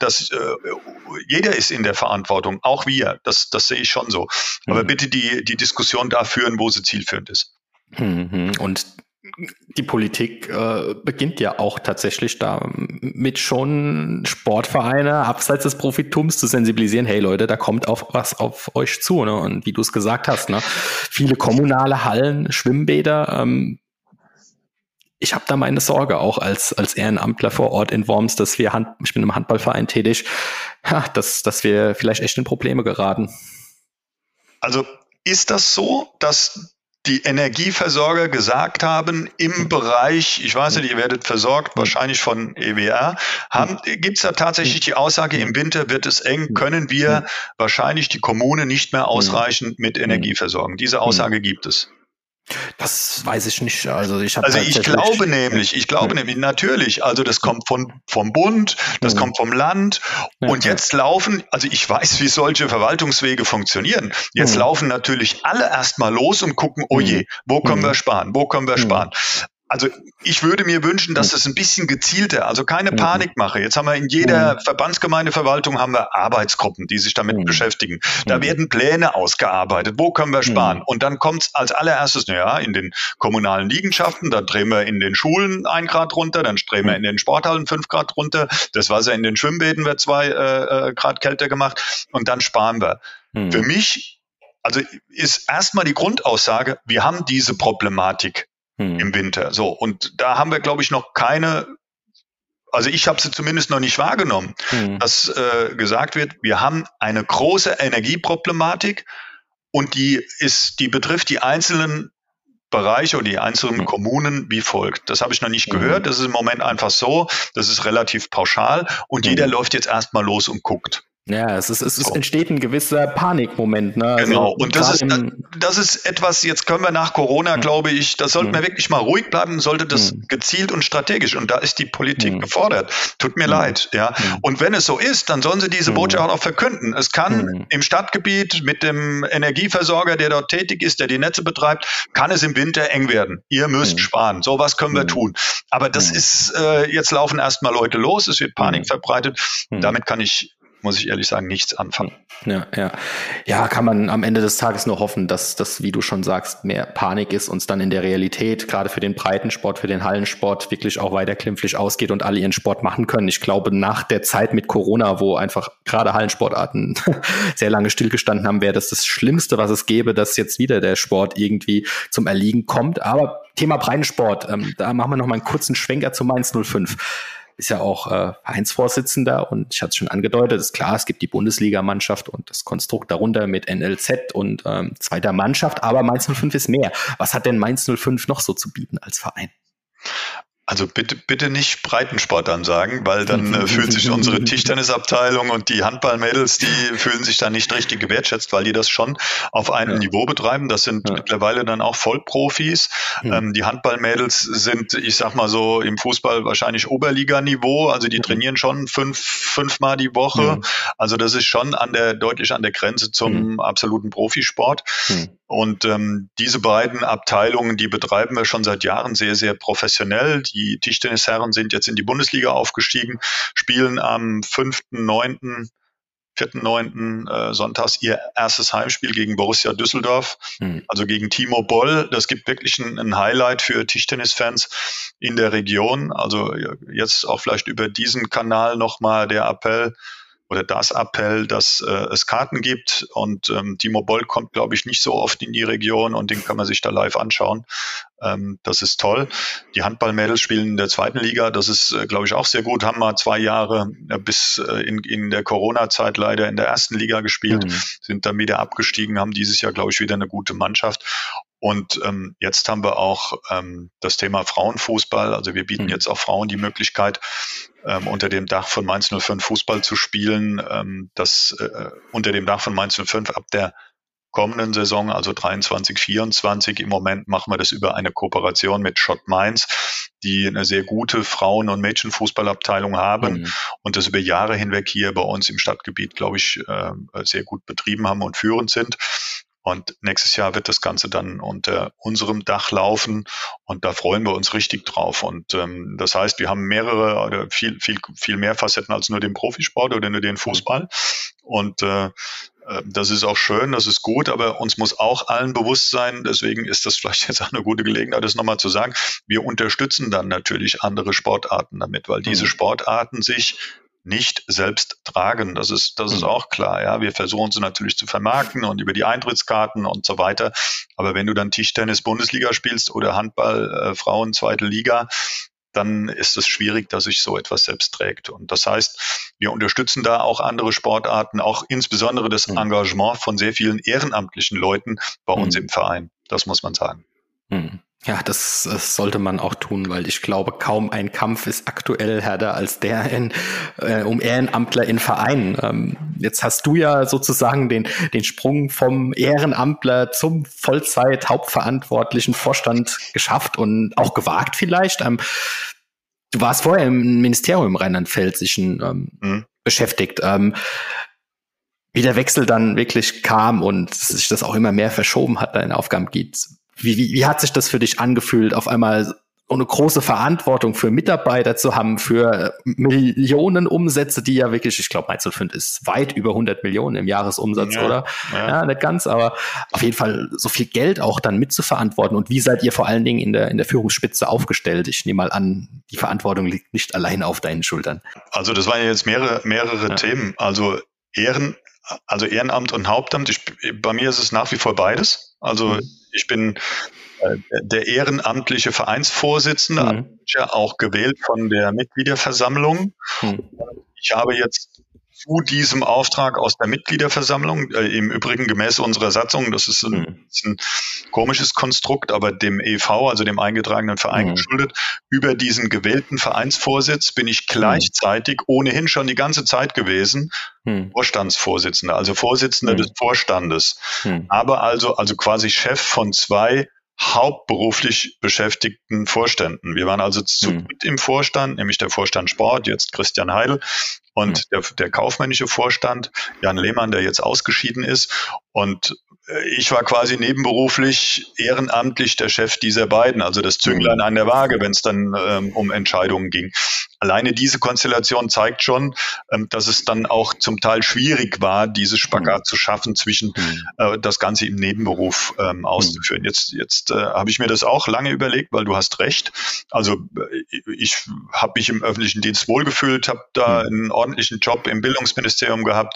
jeder ist in der Verantwortung, auch wir. Das sehe ich schon so. Aber bitte die Diskussion da führen, wo sie zielführend ist. Und die Politik beginnt ja auch tatsächlich damit schon Sportvereine abseits des Profitums zu sensibilisieren. Hey Leute, da kommt was auf euch zu. Ne? Und wie du es gesagt hast, ne? Viele kommunale Hallen, Schwimmbäder. Ich habe da meine Sorge auch als Ehrenamtler vor Ort in Worms, dass ich bin im Handballverein tätig, dass wir vielleicht echt in Probleme geraten. Also ist das so, dass die Energieversorger gesagt haben, im Bereich, ich weiß nicht, ihr werdet versorgt, wahrscheinlich von EWR, gibt es da tatsächlich die Aussage, im Winter wird es eng, können wir wahrscheinlich die Kommune nicht mehr ausreichend mit Energie versorgen. Diese Aussage gibt es. Das weiß ich nicht. Also ich glaube nämlich, natürlich, also das kommt vom Bund, das kommt vom Land und jetzt laufen, also ich weiß, wie solche Verwaltungswege funktionieren. Jetzt laufen natürlich alle erstmal los und gucken, oh je, wo können wir sparen? Also ich würde mir wünschen, dass es ein bisschen gezielter, also keine Panikmache. Jetzt haben wir in jeder Verbandsgemeindeverwaltung haben wir Arbeitsgruppen, die sich damit beschäftigen. Da werden Pläne ausgearbeitet. Wo können wir sparen? Und dann kommt es als allererstes, in den kommunalen Liegenschaften, dann drehen wir in den Schulen 1 Grad runter, dann drehen wir in den Sporthallen 5 Grad runter, das Wasser in den Schwimmbäden wird 2 Grad kälter gemacht und dann sparen wir. Für mich, also ist erstmal die Grundaussage, wir haben diese Problematik im Winter. So, und da haben wir, glaube ich, noch keine, also ich habe sie zumindest noch nicht wahrgenommen, dass gesagt wird, wir haben eine große Energieproblematik und die betrifft die einzelnen Bereiche oder die einzelnen Kommunen wie folgt. Das habe ich noch nicht gehört. Das ist im Moment einfach so. Das ist relativ pauschal und jeder läuft jetzt erstmal los und guckt. Ja, es entsteht ein gewisser Panikmoment. Ne? Also genau, und das ist etwas, jetzt können wir nach Corona, glaube ich, da sollten wir wirklich mal ruhig bleiben, sollte das gezielt und strategisch, und da ist die Politik gefordert. Tut mir leid, ja. Und wenn es so ist, dann sollen sie diese Botschaft auch verkünden. Es kann im Stadtgebiet mit dem Energieversorger, der dort tätig ist, der die Netze betreibt, kann es im Winter eng werden. Ihr müsst sparen. So was können wir tun. Aber das ist, jetzt laufen erstmal Leute los, es wird Panik verbreitet. Damit muss ich ehrlich sagen, nichts anfangen. Ja, kann man am Ende des Tages nur hoffen, dass das, wie du schon sagst, mehr Panik ist und es dann in der Realität, gerade für den Breitensport, für den Hallensport, wirklich auch weiter klimpflich ausgeht und alle ihren Sport machen können. Ich glaube, nach der Zeit mit Corona, wo einfach gerade Hallensportarten sehr lange stillgestanden haben, wäre das Schlimmste, was es gäbe, dass jetzt wieder der Sport irgendwie zum Erliegen kommt. Aber Thema Breitensport, da machen wir noch mal einen kurzen Schwenker zu Mainz 05. Ist ja auch Vereinsvorsitzender und ich hatte es schon angedeutet, ist klar, es gibt die Bundesligamannschaft und das Konstrukt darunter mit NLZ und zweiter Mannschaft, aber Mainz 05 ist mehr. Was hat denn Mainz 05 noch so zu bieten als Verein? Also bitte nicht Breitensport ansagen, weil dann fühlt sich unsere Tischtennisabteilung und die Handballmädels, die fühlen sich dann nicht richtig gewertschätzt, weil die das schon auf einem Niveau betreiben. Das sind mittlerweile dann auch Vollprofis. Die Handballmädels sind, ich sag mal so, im Fußball wahrscheinlich Oberliganiveau. Also die trainieren schon fünfmal die Woche. Also das ist schon deutlich an der Grenze zum absoluten Profisport. Und diese beiden Abteilungen, die betreiben wir schon seit Jahren sehr, sehr professionell. Die Tischtennisherren sind jetzt in die Bundesliga aufgestiegen, spielen am 4.9. Sonntags ihr erstes Heimspiel gegen Borussia Düsseldorf, also gegen Timo Boll. Das gibt wirklich ein Highlight für Tischtennisfans in der Region. Also jetzt auch vielleicht über diesen Kanal nochmal der Appell, dass es Karten gibt, und Timo Boll kommt, glaube ich, nicht so oft in die Region und den kann man sich da live anschauen. Das ist toll. Die Handballmädels spielen in der zweiten Liga, das ist, glaube ich, auch sehr gut, haben mal 2 Jahre bis in der Corona-Zeit leider in der ersten Liga gespielt, sind dann wieder abgestiegen, haben dieses Jahr, glaube ich, wieder eine gute Mannschaft. Und jetzt haben wir auch das Thema Frauenfußball. Also wir bieten jetzt auch Frauen die Möglichkeit, unter dem Dach von Mainz 05 Fußball zu spielen. Unter dem Dach von Mainz 05 ab der kommenden Saison, also 23, 24. Im Moment machen wir das über eine Kooperation mit Schott Mainz, die eine sehr gute Frauen- und Mädchenfußballabteilung haben und das über Jahre hinweg hier bei uns im Stadtgebiet, glaube ich, sehr gut betrieben haben und führend sind. Und nächstes Jahr wird das Ganze dann unter unserem Dach laufen und da freuen wir uns richtig drauf. Und das heißt, wir haben mehrere oder viel mehr Facetten als nur den Profisport oder nur den Fußball. Und das ist auch schön, das ist gut, aber uns muss auch allen bewusst sein, deswegen ist das vielleicht jetzt auch eine gute Gelegenheit, das nochmal zu sagen, wir unterstützen dann natürlich andere Sportarten damit, weil diese Sportarten sich nicht selbst tragen. Das ist auch klar. Ja, wir versuchen sie natürlich zu vermarkten und über die Eintrittskarten und so weiter. Aber wenn du dann Tischtennis Bundesliga spielst oder Handball Frauen zweite Liga, dann ist es schwierig, dass sich so etwas selbst trägt. Und das heißt, wir unterstützen da auch andere Sportarten, auch insbesondere das Engagement von sehr vielen ehrenamtlichen Leuten bei uns im Verein. Das muss man sagen. Ja, das sollte man auch tun, weil ich glaube, kaum ein Kampf ist aktuell härter als der um Ehrenamtler in Vereinen. Jetzt hast du ja sozusagen den Sprung vom Ehrenamtler zum Vollzeit-hauptverantwortlichen Vorstand geschafft und auch gewagt vielleicht. Du warst vorher im Ministerium im Rheinland-Pfälzischen beschäftigt. Wie der Wechsel dann wirklich kam und sich das auch immer mehr verschoben hat, deine Aufgabengebiet. Wie hat sich das für dich angefühlt, auf einmal eine große Verantwortung für Mitarbeiter zu haben, für Millionen Umsätze, die ja wirklich, ich glaube, Mainz 05 ist weit über 100 Millionen im Jahresumsatz, oder? Ja, nicht ganz, aber auf jeden Fall so viel Geld auch dann mitzuverantworten. Und wie seid ihr vor allen Dingen in der Führungsspitze aufgestellt? Ich nehme mal an, die Verantwortung liegt nicht allein auf deinen Schultern. Also das waren ja jetzt mehrere Themen. Also Ehrenamt und Hauptamt. Bei mir ist es nach wie vor beides. Also ich bin der ehrenamtliche Vereinsvorsitzende, ja auch gewählt von der Mitgliederversammlung. Ich habe jetzt zu diesem Auftrag aus der Mitgliederversammlung, im Übrigen gemäß unserer Satzung, das ist ein komisches Konstrukt, aber dem e.V., also dem eingetragenen Verein geschuldet, über diesen gewählten Vereinsvorsitz bin ich gleichzeitig ohnehin schon die ganze Zeit gewesen, Vorstandsvorsitzender, also Vorsitzender des Vorstandes, aber also quasi Chef von 2 hauptberuflich beschäftigten Vorständen. Wir waren also zu dritt im Vorstand, nämlich der Vorstand Sport, jetzt Christian Heidel, und der kaufmännische Vorstand, Jan Lehmann, der jetzt ausgeschieden ist. Und ich war quasi nebenberuflich ehrenamtlich der Chef dieser beiden, also das Zünglein an der Waage, wenn es dann um Entscheidungen ging. Alleine diese Konstellation zeigt schon, dass es dann auch zum Teil schwierig war, diese Spagat zu schaffen, zwischen das Ganze im Nebenberuf auszuführen. Jetzt habe ich mir das auch lange überlegt, weil du hast recht. Also ich habe mich im öffentlichen Dienst wohlgefühlt, habe da einen ordentlichen Job im Bildungsministerium gehabt,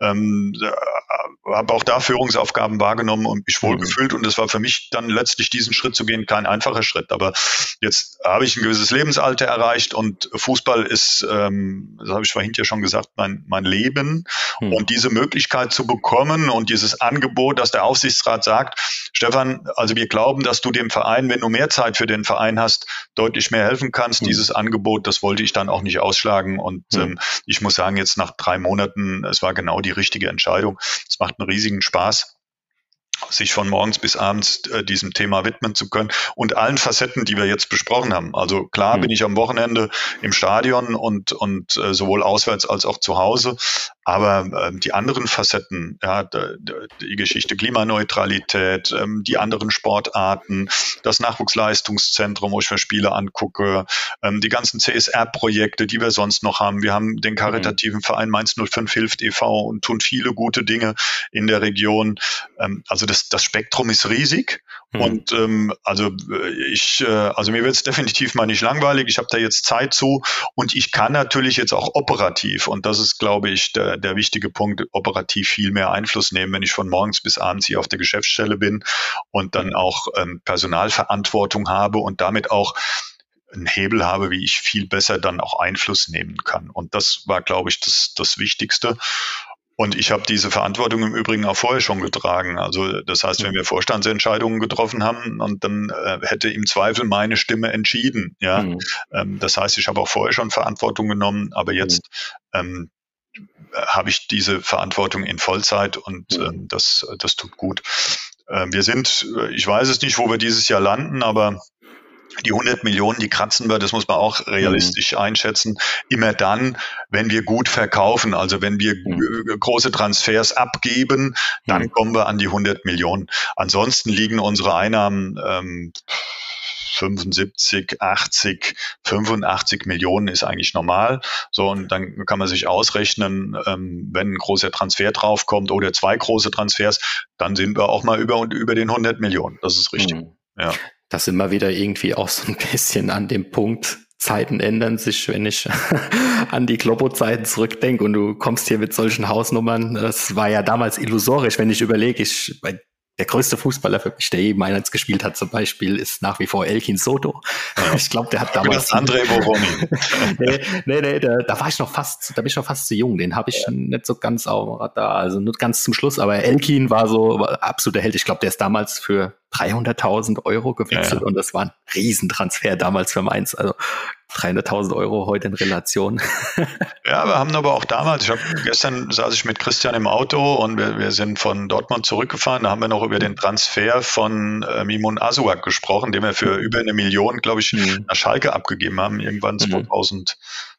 habe auch da Führungsaufgaben wahrgenommen und mich wohlgefühlt. Und es war für mich dann letztlich, diesen Schritt zu gehen, kein einfacher Schritt. Aber jetzt habe ich ein gewisses Lebensalter erreicht und Fußball ist, das habe ich vorhin ja schon gesagt, mein Leben. Und diese Möglichkeit zu bekommen und dieses Angebot, dass der Aufsichtsrat sagt, Stefan, also wir glauben, dass du dem Verein, wenn du mehr Zeit für den Verein hast, deutlich mehr helfen kannst. Dieses Angebot, das wollte ich dann auch nicht ausschlagen. Und ich muss sagen, jetzt nach 3 Monaten, es war genau die richtige Entscheidung. Es macht einen riesigen Spaß, sich von morgens bis abends diesem Thema widmen zu können und allen Facetten, die wir jetzt besprochen haben. Also klar bin ich am Wochenende im Stadion und sowohl auswärts als auch zu Hause, aber die anderen Facetten, ja, die Geschichte Klimaneutralität, die anderen Sportarten, das Nachwuchsleistungszentrum, wo ich mir Spiele angucke, die ganzen CSR-Projekte, die wir sonst noch haben. Wir haben den karitativen Verein Mainz 05 hilft e.V. und tun viele gute Dinge in der Region. Also das Spektrum ist riesig und also mir wird es definitiv mal nicht langweilig. Ich habe da jetzt Zeit zu und ich kann natürlich jetzt auch operativ, und das ist, glaube ich, der wichtige Punkt, operativ viel mehr Einfluss nehmen, wenn ich von morgens bis abends hier auf der Geschäftsstelle bin und dann auch Personalverantwortung habe und damit auch einen Hebel habe, wie ich viel besser dann auch Einfluss nehmen kann. Und das war, glaube ich, das Wichtigste. Und ich habe diese Verantwortung im Übrigen auch vorher schon getragen. Also das heißt, wenn wir Vorstandsentscheidungen getroffen haben und dann hätte im Zweifel meine Stimme entschieden. Ja, das heißt, ich habe auch vorher schon Verantwortung genommen, aber jetzt habe ich diese Verantwortung in Vollzeit und das tut gut. Ich weiß es nicht, wo wir dieses Jahr landen, aber die 100 Millionen, die kratzen wir, das muss man auch realistisch einschätzen, immer dann, wenn wir gut verkaufen, also wenn wir große Transfers abgeben, dann kommen wir an die 100 Millionen. Ansonsten liegen unsere Einnahmen 75, 80, 85 Millionen ist eigentlich normal. So, und dann kann man sich ausrechnen, wenn ein großer Transfer draufkommt oder 2 große Transfers, dann sind wir auch mal über den 100 Millionen. Das ist richtig. Ja. Das sind wir wieder irgendwie auch so ein bisschen an dem Punkt, Zeiten ändern sich, wenn ich an die Kloppo-Zeiten zurückdenke und du kommst hier mit solchen Hausnummern. Das war ja damals illusorisch, wenn ich überlege, der größte Fußballer für mich, der je Mainz gespielt hat zum Beispiel, ist nach wie vor Elkin Soto. Ja. Ich glaube, der hat damals... André Boroni. Nee, da bin ich noch fast zu jung. Den habe ich nicht so ganz auf da, also nur ganz zum Schluss. Aber Elkin war so absoluter Held. Ich glaube, der ist damals für 300.000 Euro gewechselt und das war ein Riesentransfer damals für Mainz. Also 300.000 Euro heute in Relation. Ja, wir haben aber auch damals, gestern saß ich mit Christian im Auto und wir sind von Dortmund zurückgefahren, da haben wir noch über den Transfer von Mimoun Asuak gesprochen, den wir für über 1 Million, glaube ich, nach Schalke abgegeben haben, irgendwann 2008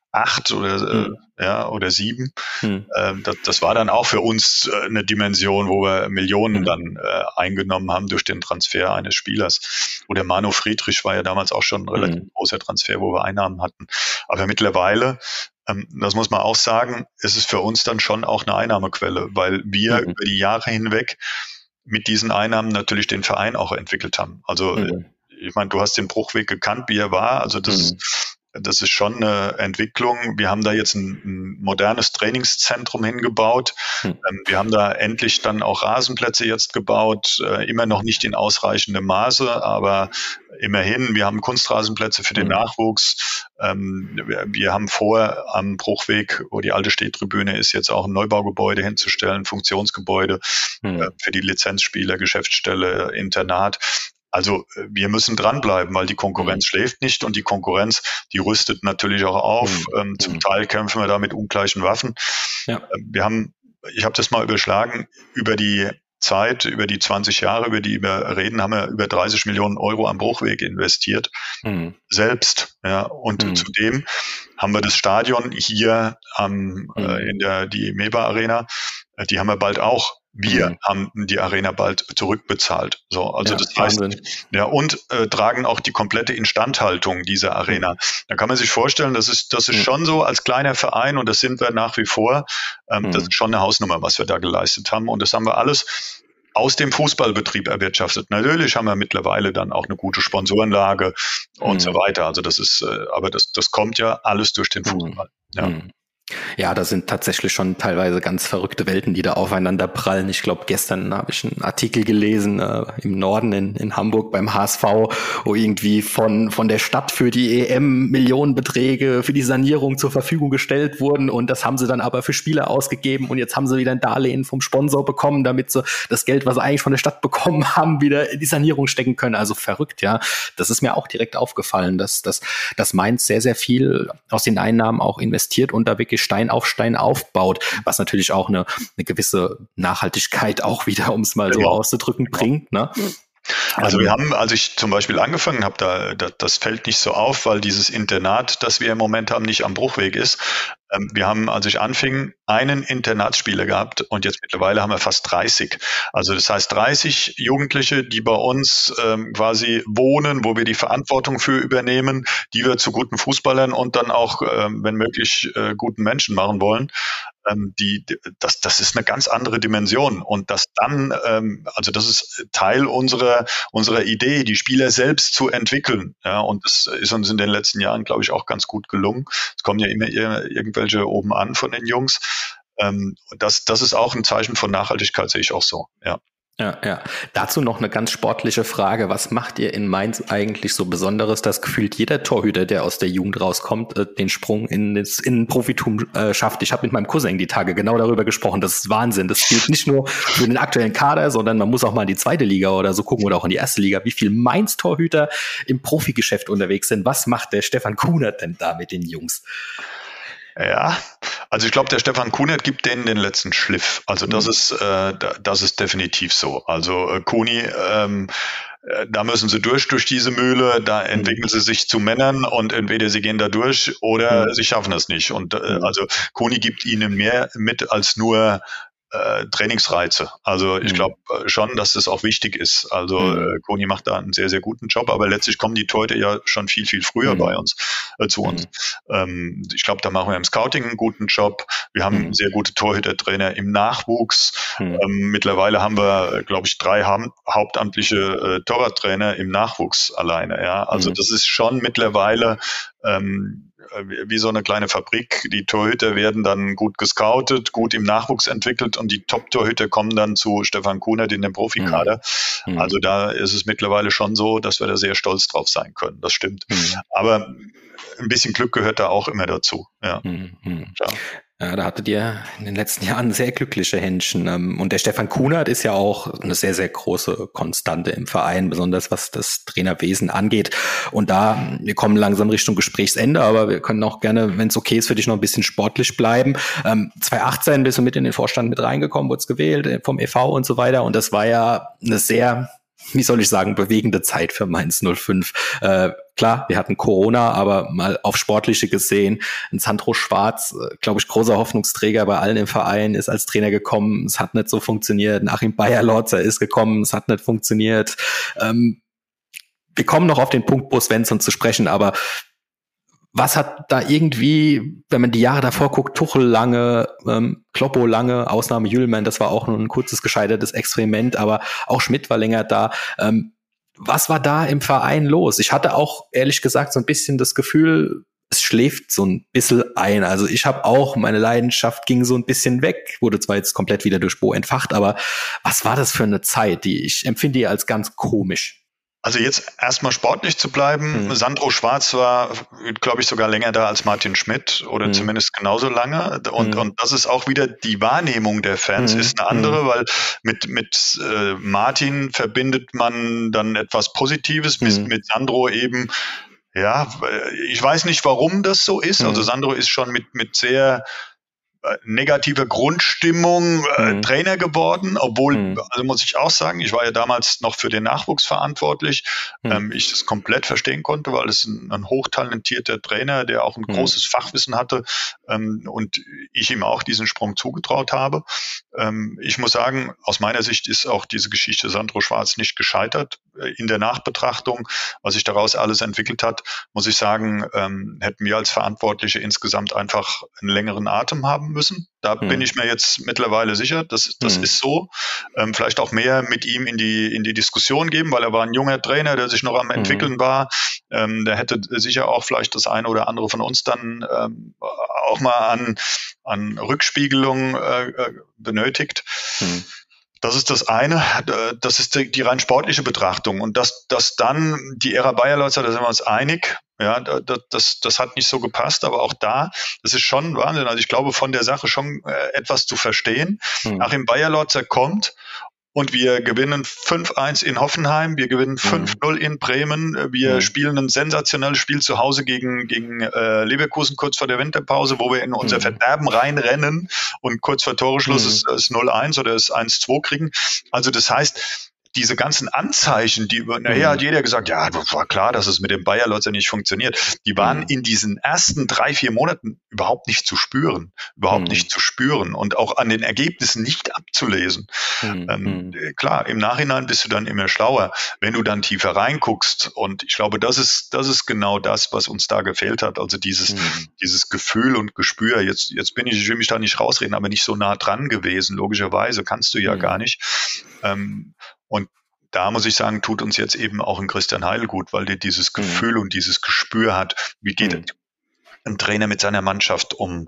8 oder 7. Das war dann auch für uns eine Dimension, wo wir Millionen dann eingenommen haben durch den Transfer eines Spielers. Oder Manu Friedrich war ja damals auch schon ein relativ großer Transfer, wo wir Einnahmen hatten. Aber mittlerweile, das muss man auch sagen, ist es für uns dann schon auch eine Einnahmequelle, weil wir über die Jahre hinweg mit diesen Einnahmen natürlich den Verein auch entwickelt haben. Also ich meine, du hast den Bruchweg gekannt, wie er war. Also das ist schon eine Entwicklung. Wir haben da jetzt ein modernes Trainingszentrum hingebaut. Wir haben da endlich dann auch Rasenplätze jetzt gebaut, immer noch nicht in ausreichendem Maße, aber immerhin, wir haben Kunstrasenplätze für den Nachwuchs. Wir haben vor, am Bruchweg, wo die alte Stehtribüne ist, jetzt auch ein Neubaugebäude hinzustellen, Funktionsgebäude für die Lizenzspieler, Geschäftsstelle, Internat. Also wir müssen dranbleiben, weil die Konkurrenz schläft nicht und die Konkurrenz, die rüstet natürlich auch auf. Zum Teil kämpfen wir da mit ungleichen Waffen. Ja. Ich habe das mal überschlagen, über die Zeit, über die 20 Jahre, über die wir reden, haben wir über 30 Millionen Euro am Bruchweg investiert. Selbst. Ja. Und zudem haben wir das Stadion hier die Meba Arena, die haben wir bald auch. Wir haben die Arena bald zurückbezahlt. So, also das heißt, und tragen auch die komplette Instandhaltung dieser Arena. Da kann man sich vorstellen, das ist schon so als kleiner Verein, und das sind wir nach wie vor. Das ist schon eine Hausnummer, was wir da geleistet haben. Und das haben wir alles aus dem Fußballbetrieb erwirtschaftet. Natürlich haben wir mittlerweile dann auch eine gute Sponsorenlage und so weiter. Also das ist, aber das kommt ja alles durch den Fußball. Ja. Ja, da sind tatsächlich schon teilweise ganz verrückte Welten, die da aufeinander prallen. Ich glaube, gestern habe ich einen Artikel gelesen im Norden in Hamburg beim HSV, wo irgendwie von der Stadt für die EM Millionenbeträge für die Sanierung zur Verfügung gestellt wurden, und das haben sie dann aber für Spieler ausgegeben, und jetzt haben sie wieder ein Darlehen vom Sponsor bekommen, damit sie das Geld, was sie eigentlich von der Stadt bekommen haben, wieder in die Sanierung stecken können. Also verrückt, ja. Das ist mir auch direkt aufgefallen, dass Mainz sehr, sehr viel aus den Einnahmen auch investiert und da wirklich Stein auf Stein aufbaut, was natürlich auch eine gewisse Nachhaltigkeit auch wieder, um es mal so auszudrücken, bringt, ne? Also wir haben, als ich zum Beispiel angefangen habe, das fällt nicht so auf, weil dieses Internat, das wir im Moment haben, nicht am Bruchweg ist. Wir haben, als ich anfing, einen Internatsspieler gehabt, und jetzt mittlerweile haben wir fast 30. Also das heißt 30 Jugendliche, die bei uns quasi wohnen, wo wir die Verantwortung für übernehmen, die wir zu guten Fußballern und dann auch, wenn möglich, guten Menschen machen wollen. Das ist eine ganz andere Dimension, und das dann, also das ist Teil unserer Idee, die Spieler selbst zu entwickeln. Ja, und das ist uns in den letzten Jahren, glaube ich, auch ganz gut gelungen. Es kommen ja immer irgendwelche oben an von den Jungs. Das ist auch ein Zeichen von Nachhaltigkeit, sehe ich auch so. Ja. Ja. Dazu noch eine ganz sportliche Frage. Was macht ihr in Mainz eigentlich so Besonderes, dass gefühlt jeder Torhüter, der aus der Jugend rauskommt, den Sprung in Profitum schafft? Ich habe mit meinem Cousin die Tage genau darüber gesprochen. Das ist Wahnsinn. Das gilt nicht nur für den aktuellen Kader, sondern man muss auch mal in die zweite Liga oder so gucken oder auch in die erste Liga, wie viel Mainz-Torhüter im Profigeschäft unterwegs sind. Was macht der Stefan Kunert denn da mit den Jungs? Ja, also ich glaube, der Stefan Kunert gibt denen den letzten Schliff. Also das ist definitiv so. Also Kuni, da müssen sie durch diese Mühle, da entwickeln sie sich zu Männern, und entweder sie gehen da durch oder sie schaffen es nicht. Und also Kuni gibt ihnen mehr mit als nur Trainingsreize. Also ich glaube schon, dass das auch wichtig ist. Also Koni macht da einen sehr, sehr guten Job, aber letztlich kommen die Torhüter ja schon viel, viel früher bei uns, zu uns. Ich glaube, da machen wir im Scouting einen guten Job. Wir haben sehr gute Torhütertrainer im Nachwuchs. Mittlerweile haben wir, glaube ich, 3 hauptamtliche Torwarttrainer im Nachwuchs alleine. Ja, also das ist schon mittlerweile wie so eine kleine Fabrik. Die Torhüter werden dann gut gescoutet, gut im Nachwuchs entwickelt, und die Top-Torhüter kommen dann zu Stefan Kunert in den Profikader. Also da ist es mittlerweile schon so, dass wir da sehr stolz drauf sein können. Das stimmt. Aber ein bisschen Glück gehört da auch immer dazu. Ja. Ja, da hattet ihr in den letzten Jahren sehr glückliche Händchen. Und der Stefan Kunert ist ja auch eine sehr, sehr große Konstante im Verein, besonders was das Trainerwesen angeht. Und wir kommen langsam Richtung Gesprächsende, aber wir können auch gerne, wenn es okay ist, für dich noch ein bisschen sportlich bleiben. 2018 bist du mit in den Vorstand mit reingekommen, wurdest gewählt vom e.V. und so weiter. Und das war ja eine sehr wie soll ich sagen, bewegende Zeit für Mainz 05. Klar, wir hatten Corona, aber mal auf Sportliche gesehen, ein Sandro Schwarz, glaube ich, großer Hoffnungsträger bei allen im Verein, ist als Trainer gekommen, es hat nicht so funktioniert. Achim Beyer-Lorzer ist gekommen, es hat nicht funktioniert. Wir kommen noch auf den Punkt Bo Svensson zu sprechen, aber was hat da irgendwie, wenn man die Jahre davor guckt, Tuchel lange, Kloppo lange, Ausnahme Jüllmann, das war auch nur ein kurzes gescheitertes Experiment, aber auch Schmidt war länger da. Was war da im Verein los? Ich hatte auch, ehrlich gesagt, so ein bisschen das Gefühl, es schläft so ein bisschen ein. Also ich habe auch, meine Leidenschaft ging so ein bisschen weg, wurde zwar jetzt komplett wieder durch Bo entfacht, aber was war das für eine Zeit, die ich empfinde als ganz komisch? Also jetzt erstmal sportlich zu bleiben. Sandro Schwarz war, glaube ich, sogar länger da als Martin Schmidt oder zumindest genauso lange. Und das ist auch wieder die Wahrnehmung der Fans ist eine andere, weil mit Martin verbindet man dann etwas Positives, mit Sandro eben, ja, ich weiß nicht, warum das so ist. Also Sandro ist schon mit sehr negative Grundstimmung Trainer geworden, obwohl, also muss ich auch sagen, ich war ja damals noch für den Nachwuchs verantwortlich, ich das komplett verstehen konnte, weil es ein hochtalentierter Trainer, der auch ein großes Fachwissen hatte und ich ihm auch diesen Sprung zugetraut habe. Ich muss sagen, aus meiner Sicht ist auch diese Geschichte Sandro Schwarz nicht gescheitert. In der Nachbetrachtung, was sich daraus alles entwickelt hat, muss ich sagen, hätten wir als Verantwortliche insgesamt einfach einen längeren Atem haben müssen. Da bin ich mir jetzt mittlerweile sicher, das ist so. Vielleicht auch mehr mit ihm in die Diskussion geben, weil er war ein junger Trainer, der sich noch am entwickeln war. Der hätte sicher auch vielleicht das eine oder andere von uns dann auch mal an Rückspiegelung benötigt. Das ist das eine, das ist die rein sportliche Betrachtung. Und dass dann die Ära Beyer-Lorzer, da sind wir uns einig, ja, das hat nicht so gepasst, aber auch da, das ist schon Wahnsinn. Also ich glaube, von der Sache schon etwas zu verstehen. Achim Beyer-Lorzer kommt und wir gewinnen 5-1 in Hoffenheim, wir gewinnen 5-0 in Bremen, wir spielen ein sensationelles Spiel zu Hause gegen Leverkusen kurz vor der Winterpause, wo wir in unser Verderben reinrennen und kurz vor Toreschluss ist 0-1 oder ist 1-2 kriegen. Also das heißt, diese ganzen Anzeichen, nachher hat jeder gesagt, ja, das war klar, dass es mit dem Beyer-Lorzer nicht funktioniert. Die waren in diesen ersten 3-4 Monaten überhaupt nicht zu spüren, und auch an den Ergebnissen nicht abzulesen. Klar, im Nachhinein bist du dann immer schlauer, wenn du dann tiefer reinguckst. Und ich glaube, das ist genau das, was uns da gefehlt hat. Also dieses Gefühl und Gespür. Jetzt ich will mich da nicht rausreden, aber nicht so nah dran gewesen. Logischerweise kannst du ja gar nicht. Und da muss ich sagen, tut uns jetzt eben auch ein Christian Heidel gut, weil der dieses Gefühl und dieses Gespür hat, wie geht ein Trainer mit seiner Mannschaft um,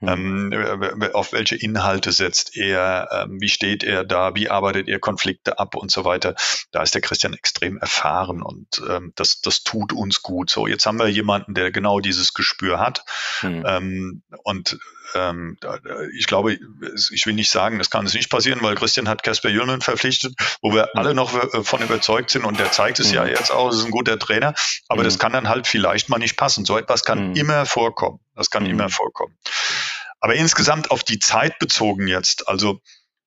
auf welche Inhalte setzt er, wie steht er da, wie arbeitet er Konflikte ab und so weiter. Da ist der Christian extrem erfahren und das tut uns gut. So, jetzt haben wir jemanden, der genau dieses Gespür hat und ich glaube, ich will nicht sagen, das kann es nicht passieren, weil Christian hat Kasper Jüllmann verpflichtet, wo wir alle noch von überzeugt sind und der zeigt es ja jetzt auch, es ist ein guter Trainer, aber das kann dann halt vielleicht mal nicht passen. So etwas kann immer vorkommen. Das kann immer vorkommen. Aber insgesamt auf die Zeit bezogen jetzt, also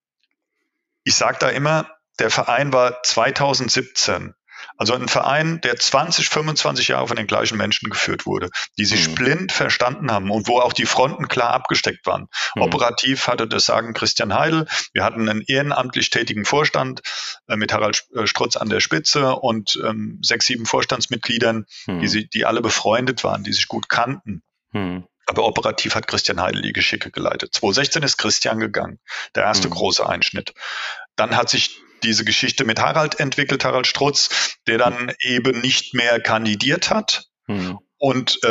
ich sage da immer, der Verein war 2017, also ein Verein, der 20, 25 Jahre von den gleichen Menschen geführt wurde, die sich blind verstanden haben und wo auch die Fronten klar abgesteckt waren. Operativ hatte das Sagen Christian Heidel. Wir hatten einen ehrenamtlich tätigen Vorstand mit Harald Strutz an der Spitze und 6, 7 Vorstandsmitgliedern, die alle befreundet waren, die sich gut kannten. Aber operativ hat Christian Heidel die Geschicke geleitet. 2016 ist Christian gegangen, der erste große Einschnitt. Dann hat sich diese Geschichte mit Harald entwickelt, Harald Strutz, der dann eben nicht mehr kandidiert hat. Und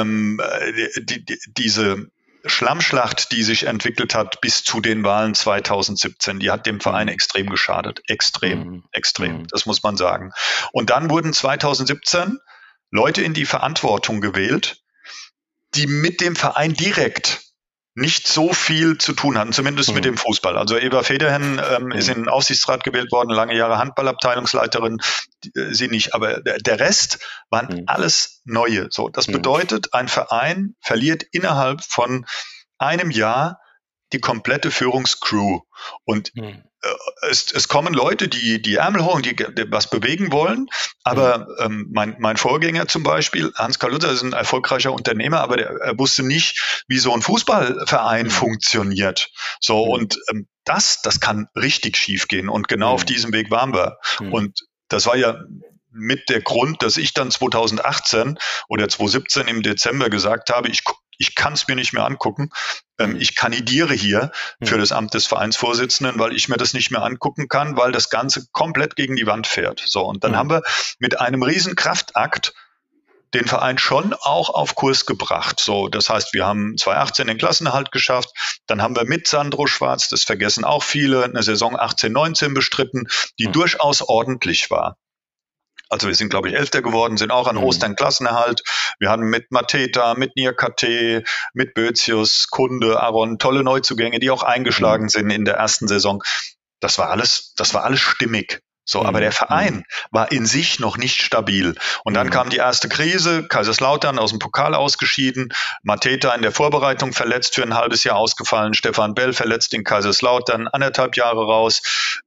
diese Schlammschlacht, die sich entwickelt hat bis zu den Wahlen 2017, die hat dem Verein extrem geschadet. Extrem. Das muss man sagen. Und dann wurden 2017 Leute in die Verantwortung gewählt, die mit dem Verein direkt nicht so viel zu tun hatten, zumindest mit dem Fußball. Also Eva Federhen ist in den Aufsichtsrat gewählt worden, lange Jahre Handballabteilungsleiterin, sie nicht. Aber der Rest waren alles Neue. So, das bedeutet, ein Verein verliert innerhalb von einem Jahr die komplette Führungscrew. Und es kommen Leute, die Ärmel hoch und die was bewegen wollen, aber mein Vorgänger zum Beispiel, Hans-Karl Lutzer, ist ein erfolgreicher Unternehmer, aber er wusste nicht, wie so ein Fußballverein funktioniert. So, und das kann richtig schief gehen, und genau auf diesem Weg waren wir. Und das war ja mit der Grund, dass ich dann 2018 oder 2017 im Dezember gesagt habe, ich kann es mir nicht mehr angucken. Ich kandidiere hier für das Amt des Vereinsvorsitzenden, weil ich mir das nicht mehr angucken kann, weil das Ganze komplett gegen die Wand fährt. So, und dann haben wir mit einem riesen Kraftakt den Verein schon auch auf Kurs gebracht. So, das heißt, wir haben 2018 den Klassenerhalt geschafft. Dann haben wir mit Sandro Schwarz, das vergessen auch viele, eine Saison 18/19 bestritten, die durchaus ordentlich war. Also wir sind, glaube ich, Elfter geworden, sind auch an Ostern Klassenerhalt. Wir hatten mit Mateta, mit Niakate, mit Bözius, Kunde, Aaron, tolle Neuzugänge, die auch eingeschlagen sind in der ersten Saison. Das war alles stimmig. So, aber der Verein war in sich noch nicht stabil. Und dann kam die erste Krise, Kaiserslautern aus dem Pokal ausgeschieden, Mateta in der Vorbereitung verletzt, für ein halbes Jahr ausgefallen, Stefan Bell verletzt in Kaiserslautern, 1,5 Jahre raus.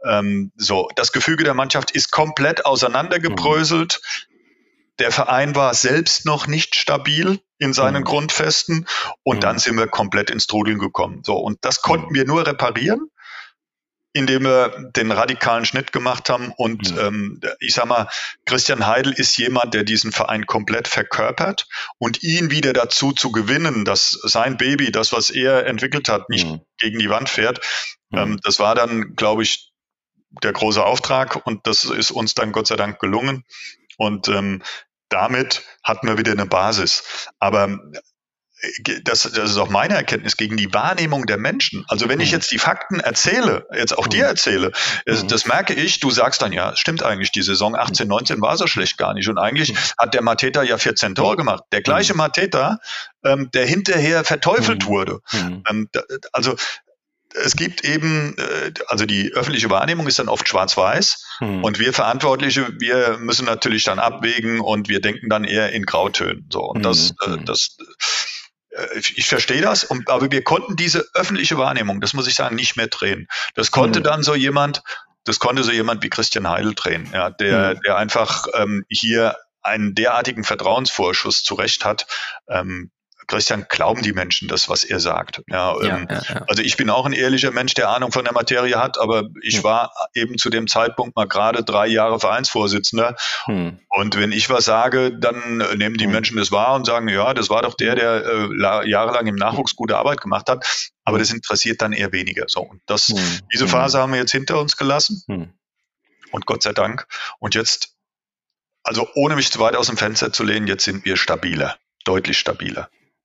So, das Gefüge der Mannschaft ist komplett auseinandergebröselt. Der Verein war selbst noch nicht stabil in seinen Grundfesten, und dann sind wir komplett ins Trudeln gekommen. So, und das konnten wir nur reparieren, indem wir den radikalen Schnitt gemacht haben. Und ich sag mal, Christian Heidel ist jemand, der diesen Verein komplett verkörpert, und ihn wieder dazu zu gewinnen, dass sein Baby, das, was er entwickelt hat, nicht gegen die Wand fährt, das war dann, glaube ich, der große Auftrag, und das ist uns dann Gott sei Dank gelungen. Und damit hatten wir wieder eine Basis. Aber das ist auch meine Erkenntnis, gegen die Wahrnehmung der Menschen. Also wenn ich jetzt die Fakten erzähle, jetzt auch dir erzähle, das merke ich, du sagst dann, ja, stimmt eigentlich, die Saison 18/19 war so schlecht gar nicht. Und eigentlich hat der Mateta ja 14 Tore gemacht. Der gleiche Mateta, der hinterher verteufelt wurde. Also es gibt eben, also die öffentliche Wahrnehmung ist dann oft schwarz-weiß, und wir Verantwortliche, wir müssen natürlich dann abwägen, und wir denken dann eher in Grautönen. So, und ich verstehe das, aber wir konnten diese öffentliche Wahrnehmung, das muss ich sagen, nicht mehr drehen. Das konnte dann so jemand wie Christian Heidel drehen, ja, der einfach hier einen derartigen Vertrauensvorschuss zurecht hat. Christian, glauben die Menschen das, was er sagt? Ja, also ich bin auch ein ehrlicher Mensch, der Ahnung von der Materie hat, aber ich war eben zu dem Zeitpunkt mal gerade 3 Jahre Vereinsvorsitzender. Und wenn ich was sage, dann nehmen die Menschen das wahr und sagen, ja, das war doch der jahrelang im Nachwuchs gute Arbeit gemacht hat. Aber das interessiert dann eher weniger. So, und diese Phase haben wir jetzt hinter uns gelassen. Und Gott sei Dank. Und jetzt, also ohne mich zu weit aus dem Fenster zu lehnen, jetzt sind wir stabiler, deutlich stabiler.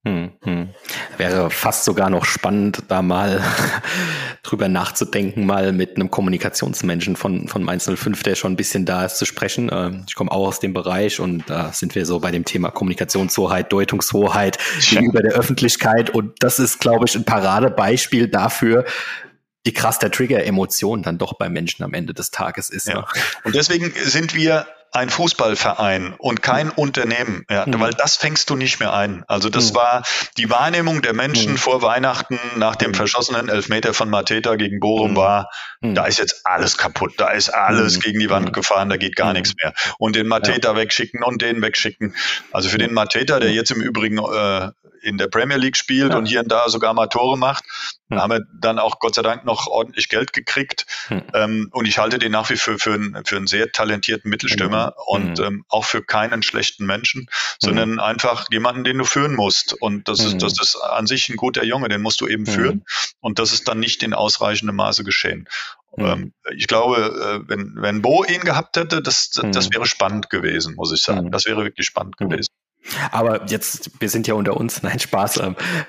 Wäre fast sogar noch spannend, da mal drüber nachzudenken, mal mit einem Kommunikationsmenschen von Mainz 05, der schon ein bisschen da ist, zu sprechen. Ich komme auch aus dem Bereich, und da sind wir so bei dem Thema Kommunikationshoheit, Deutungshoheit gegenüber der Öffentlichkeit, und das ist, glaube ich, ein Paradebeispiel dafür, wie krass der Trigger-Emotion dann doch bei Menschen am Ende des Tages ist. Ja. Und deswegen sind wir ein Fußballverein und kein Unternehmen, weil das fängst du nicht mehr ein. Also das war die Wahrnehmung der Menschen vor Weihnachten nach dem verschossenen Elfmeter von Mateta gegen Bochum war, da ist jetzt alles kaputt, da ist alles gegen die Wand gefahren, da geht gar nichts mehr. Und den Mateta wegschicken und den wegschicken. Also für den Mateta, der jetzt im Übrigen in der Premier League spielt und hier und da sogar mal Tore macht, haben wir dann auch Gott sei Dank noch ordentlich Geld gekriegt. Und ich halte den nach wie vor für einen sehr talentierten Mittelstürmer und auch für keinen schlechten Menschen, sondern einfach jemanden, den du führen musst. Und das ist an sich ein guter Junge, den musst du eben führen. Und das ist dann nicht in ausreichendem Maße geschehen. Ich glaube, wenn Bo ihn gehabt hätte, das wäre spannend gewesen, muss ich sagen. Das wäre wirklich spannend gewesen. Aber jetzt, wir sind ja unter uns, nein, Spaß.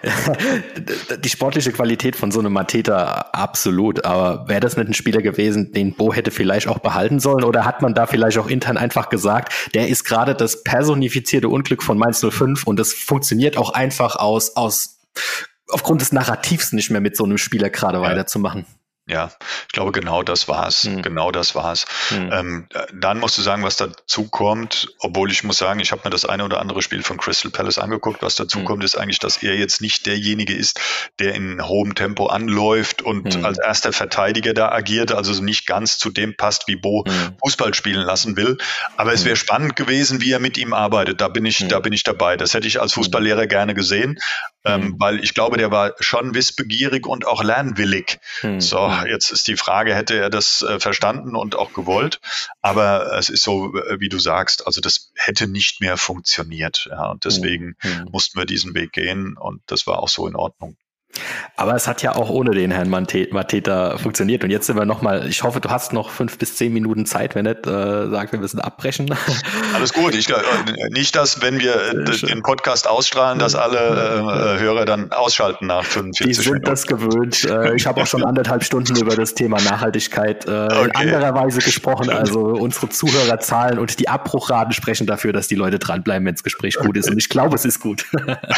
Die sportliche Qualität von so einem Mateta, absolut. Aber wäre das nicht ein Spieler gewesen, den Bo hätte vielleicht auch behalten sollen? Oder hat man da vielleicht auch intern einfach gesagt, der ist gerade das personifizierte Unglück von Mainz 05 und das funktioniert auch einfach aufgrund des Narrativs nicht mehr mit so einem Spieler gerade weiterzumachen? Ja, ich glaube, genau das war's. Genau das war's. Dann musst du sagen, was dazu kommt, obwohl ich muss sagen, ich habe mir das eine oder andere Spiel von Crystal Palace angeguckt. Was dazu kommt, ist eigentlich, dass er jetzt nicht derjenige ist, der in hohem Tempo anläuft und als erster Verteidiger da agiert, also nicht ganz zu dem passt, wie Bo Fußball spielen lassen will. Aber es wäre spannend gewesen, wie er mit ihm arbeitet. Da bin ich dabei. Das hätte ich als Fußballlehrer gerne gesehen, weil ich glaube, der war schon wissbegierig und auch lernwillig. So, jetzt ist die Frage, hätte er das verstanden und auch gewollt? Aber es ist so, wie du sagst, also das hätte nicht mehr funktioniert. Ja, und deswegen mussten wir diesen Weg gehen und das war auch so in Ordnung. Aber es hat ja auch ohne den Herrn Mateta funktioniert. Und jetzt sind wir nochmal, ich hoffe, du hast noch 5 bis 10 Minuten Zeit, wenn nicht, sag, wir müssen abbrechen. Alles gut. Nicht, dass, wenn wir den Podcast ausstrahlen, dass alle Hörer dann ausschalten nach 45 Minuten. Die sind das gewöhnt. Ich habe auch schon 1,5 Stunden über das Thema Nachhaltigkeit in anderer Weise gesprochen. Also unsere Zuhörerzahlen und die Abbruchraten sprechen dafür, dass die Leute dranbleiben, wenn das Gespräch gut ist. Und ich glaube, es ist gut.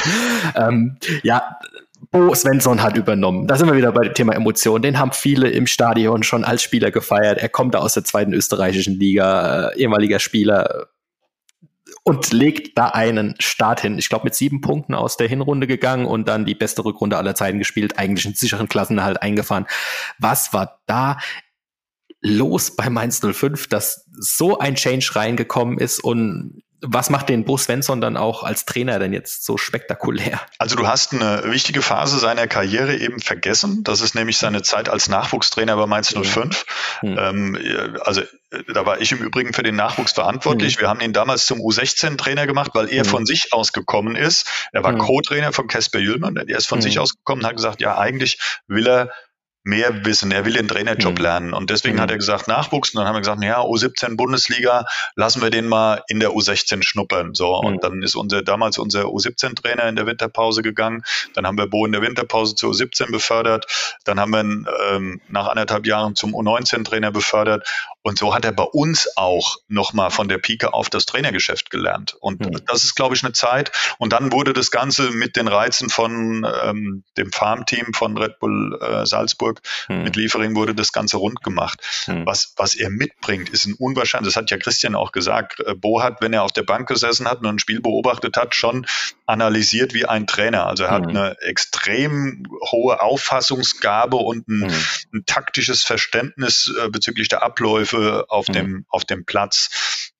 Bo Svensson hat übernommen. Da sind wir wieder bei dem Thema Emotionen. Den haben viele im Stadion schon als Spieler gefeiert. Er kommt aus der 2. österreichischen Liga, ehemaliger Spieler und legt da einen Start hin. Ich glaube, mit 7 Punkten aus der Hinrunde gegangen und dann die beste Rückrunde aller Zeiten gespielt, eigentlich einen sicheren Klassenerhalt eingefahren. Was war da los bei Mainz 05, dass so ein Change reingekommen ist und was macht den Bo Svensson dann auch als Trainer denn jetzt so spektakulär? Also du hast eine wichtige Phase seiner Karriere eben vergessen. Das ist nämlich seine Zeit als Nachwuchstrainer bei Mainz 05. Also da war ich im Übrigen für den Nachwuchs verantwortlich. Wir haben ihn damals zum U16-Trainer gemacht, weil er von sich aus gekommen ist. Er war Co-Trainer von Kasper Jüllmann. Er ist von sich aus gekommen und hat gesagt, ja, eigentlich will er mehr wissen. Er will den Trainerjob lernen. Und deswegen hat er gesagt, Nachwuchs. Und dann haben wir gesagt, ja, U17 Bundesliga, lassen wir den mal in der U16 schnuppern. So. Und dann ist damals unser U17-Trainer in der Winterpause gegangen. Dann haben wir Bo in der Winterpause zur U17 befördert. Dann haben wir ihn nach 1,5 Jahren zum U19-Trainer befördert. Und so hat er bei uns auch nochmal von der Pike auf das Trainergeschäft gelernt. Und das ist, glaube ich, eine Zeit. Und dann wurde das Ganze mit den Reizen von dem Farmteam von Red Bull Salzburg mit Liefering wurde das Ganze rund gemacht. Was er mitbringt, ist ein unwahrscheinlich, das hat ja Christian auch gesagt, Bo hat, wenn er auf der Bank gesessen hat und ein Spiel beobachtet hat, schon analysiert wie ein Trainer. Also er hat eine extrem hohe Auffassungsgabe und ein taktisches Verständnis bezüglich der Abläufe auf dem Platz.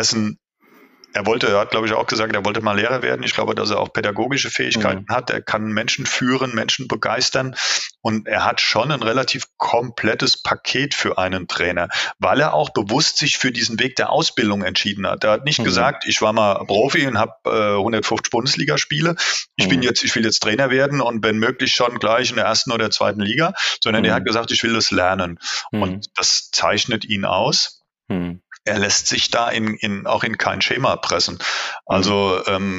Er hat, glaube ich, auch gesagt, er wollte mal Lehrer werden. Ich glaube, dass er auch pädagogische Fähigkeiten hat. Er kann Menschen führen, Menschen begeistern. Und er hat schon ein relativ komplettes Paket für einen Trainer, weil er auch bewusst sich für diesen Weg der Ausbildung entschieden hat. Er hat nicht gesagt, ich war mal Profi und habe 150 Bundesligaspiele. Ich will jetzt Trainer werden und wenn möglich schon gleich in der 1. oder 2. Liga, sondern er hat gesagt, ich will das lernen. Und das zeichnet ihn aus. Er lässt sich da auch in kein Schema pressen. Also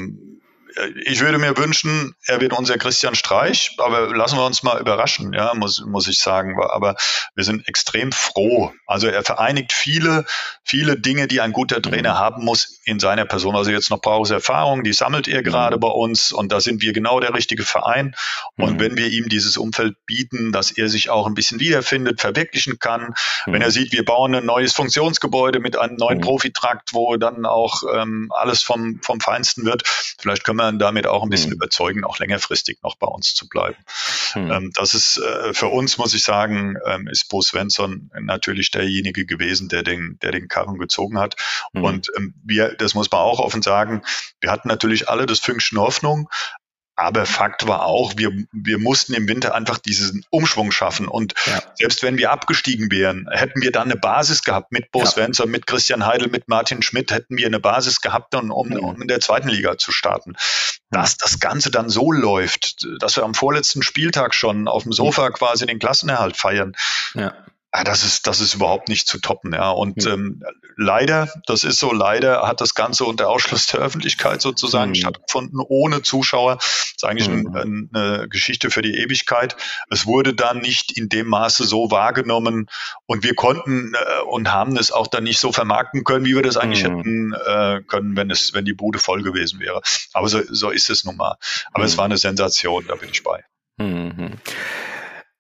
ich würde mir wünschen, er wird unser Christian Streich, aber lassen wir uns mal überraschen, ja, muss ich sagen. Aber wir sind extrem froh. Also er vereinigt viele Dinge, die ein guter Trainer haben muss in seiner Person. Also jetzt noch braucht es Erfahrung, die sammelt er gerade bei uns und da sind wir genau der richtige Verein. Und wenn wir ihm dieses Umfeld bieten, dass er sich auch ein bisschen wiederfindet, verwirklichen kann, wenn er sieht, wir bauen ein neues Funktionsgebäude mit einem neuen Profitrakt, wo dann auch alles vom Feinsten wird, vielleicht können wir damit auch ein bisschen überzeugen, auch längerfristig noch bei uns zu bleiben. Das ist für uns, muss ich sagen, ist Bo Svensson natürlich derjenige gewesen, der den Karren gezogen hat. Und das muss man auch offen sagen, wir hatten natürlich alle das Fünkchen Hoffnung, aber Fakt war auch, wir mussten im Winter einfach diesen Umschwung schaffen. Und selbst wenn wir abgestiegen wären, hätten wir dann eine Basis gehabt mit Bo Svensson, mit Christian Heidel, mit Martin Schmidt, hätten wir eine Basis gehabt, um in der 2. Liga zu starten. Dass das Ganze dann so läuft, dass wir am vorletzten Spieltag schon auf dem Sofa quasi den Klassenerhalt feiern. Das ist überhaupt nicht zu toppen, ja. Und leider hat das Ganze unter Ausschluss der Öffentlichkeit sozusagen stattgefunden, ohne Zuschauer. Das ist eigentlich eine Geschichte für die Ewigkeit. Es wurde dann nicht in dem Maße so wahrgenommen und wir konnten und haben es auch dann nicht so vermarkten können, wie wir das eigentlich hätten können, wenn die Bude voll gewesen wäre. Aber so ist es nun mal. Aber es war eine Sensation, da bin ich bei.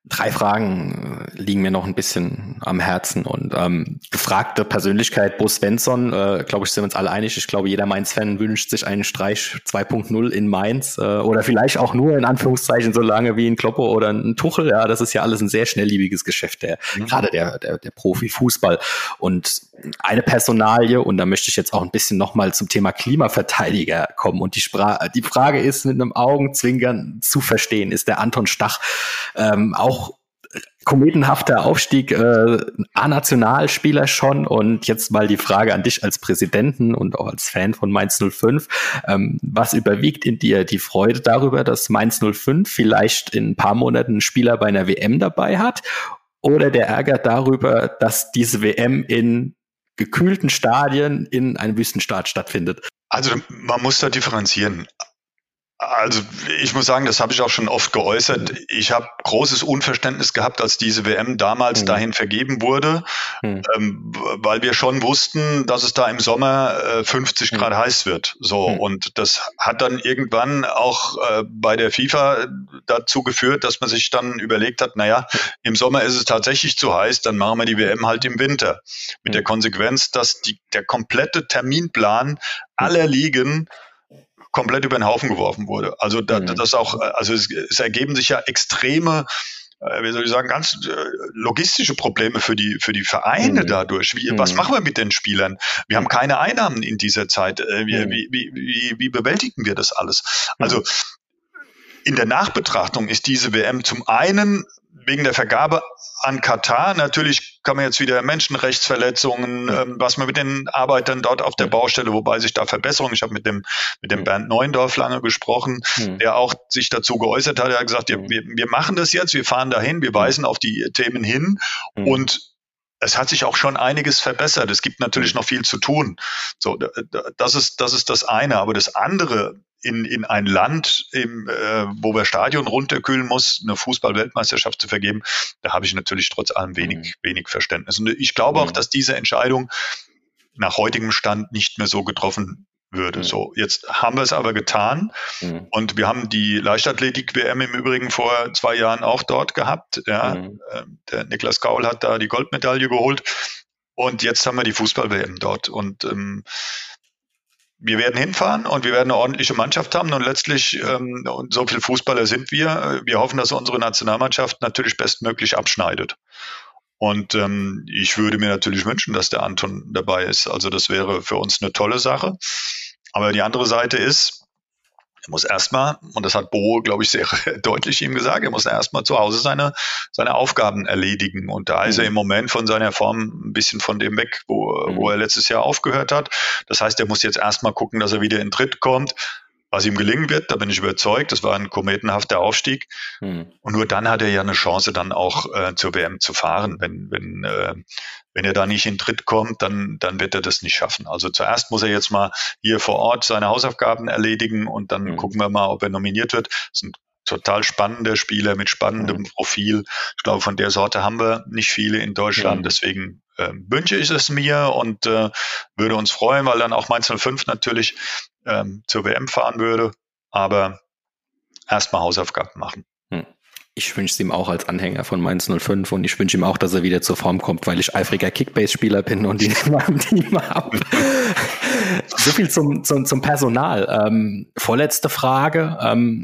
3 Fragen liegen mir noch ein bisschen am Herzen und gefragte Persönlichkeit Bo Svensson, glaube ich, sind wir uns alle einig. Ich glaube, jeder Mainz-Fan wünscht sich einen Streich 2.0 in Mainz oder vielleicht auch nur in Anführungszeichen so lange wie ein Kloppo oder ein Tuchel. Ja, das ist ja alles ein sehr schnelllebiges Geschäft, gerade der Profifußball. Und eine Personalie, und da möchte ich jetzt auch ein bisschen nochmal zum Thema Klimaverteidiger kommen. Und die Frage ist mit einem Augenzwinkern zu verstehen, ist der Anton Stach auch kometenhafter Aufstieg, A-Nationalspieler schon, und jetzt mal die Frage an dich als Präsidenten und auch als Fan von Mainz 05. Was überwiegt in dir, die Freude darüber, dass Mainz 05 vielleicht in ein paar Monaten einen Spieler bei einer WM dabei hat, oder der Ärger darüber, dass diese WM in gekühlten Stadien in einem Wüstenstaat stattfindet? Also man muss da differenzieren. Also ich muss sagen, das habe ich auch schon oft geäußert. Ich habe großes Unverständnis gehabt, als diese WM damals dahin vergeben wurde, weil wir schon wussten, dass es da im Sommer 50 Grad heiß wird. So, und das hat dann irgendwann auch bei der FIFA dazu geführt, dass man sich dann überlegt hat, naja, im Sommer ist es tatsächlich zu heiß, dann machen wir die WM halt im Winter. Mit der Konsequenz, dass der komplette Terminplan aller Ligen komplett über den Haufen geworfen wurde. Also es ergeben sich ja extreme, wie soll ich sagen, ganz logistische Probleme für die Vereine dadurch. Was machen wir mit den Spielern? Wir haben keine Einnahmen in dieser Zeit. Wie bewältigen wir das alles? Also in der Nachbetrachtung ist diese WM zum einen wegen der Vergabe an Katar, natürlich kann man jetzt wieder Menschenrechtsverletzungen, was man mit den Arbeitern dort auf der Baustelle, wobei sich da Verbesserungen, ich habe mit dem Bernd Neuendorf lange gesprochen, der auch sich dazu geäußert hat, er hat gesagt, wir machen das jetzt, wir fahren dahin, wir weisen auf die Themen hin und es hat sich auch schon einiges verbessert. Es gibt natürlich noch viel zu tun. So, das ist das eine. Aber das andere, in ein Land, wo wir Stadion runterkühlen muss, eine Fußball-Weltmeisterschaft zu vergeben, da habe ich natürlich trotz allem wenig Verständnis. Und ich glaube auch, dass diese Entscheidung nach heutigem Stand nicht mehr so getroffen würde. So, jetzt haben wir es aber getan und wir haben die Leichtathletik-WM im Übrigen vor 2 Jahren auch dort gehabt. Ja. Der Niklas Gaul hat da die Goldmedaille geholt und jetzt haben wir die Fußball-WM dort und wir werden hinfahren und wir werden eine ordentliche Mannschaft haben und letztlich, und so viele Fußballer sind wir hoffen, dass unsere Nationalmannschaft natürlich bestmöglich abschneidet. Und ich würde mir natürlich wünschen, dass der Anton dabei ist. Also das wäre für uns eine tolle Sache. Aber die andere Seite ist, er muss erstmal, und das hat Bo, glaube ich, sehr deutlich ihm gesagt, er muss erstmal zu Hause seine Aufgaben erledigen. Und da ist er im Moment von seiner Form ein bisschen von dem weg, wo er letztes Jahr aufgehört hat. Das heißt, er muss jetzt erstmal gucken, dass er wieder in Tritt kommt. Was ihm gelingen wird, da bin ich überzeugt, das war ein kometenhafter Aufstieg. Und nur dann hat er ja eine Chance, dann auch zur WM zu fahren. Wenn er da nicht in Tritt kommt, dann wird er das nicht schaffen. Also zuerst muss er jetzt mal hier vor Ort seine Hausaufgaben erledigen und dann gucken wir mal, ob er nominiert wird. Das ist ein total spannender Spieler mit spannendem Profil. Ich glaube, von der Sorte haben wir nicht viele in Deutschland. Deswegen wünsche ich es mir und würde uns freuen, weil dann auch Mainz 05 natürlich zur WM fahren würde. Aber erstmal Hausaufgaben machen. Ich wünsche es ihm auch als Anhänger von Mainz 05 und ich wünsche ihm auch, dass er wieder zur Form kommt, weil ich eifriger Kickbase-Spieler bin und ihn immer am Team habe. So viel zum Personal. Vorletzte Frage.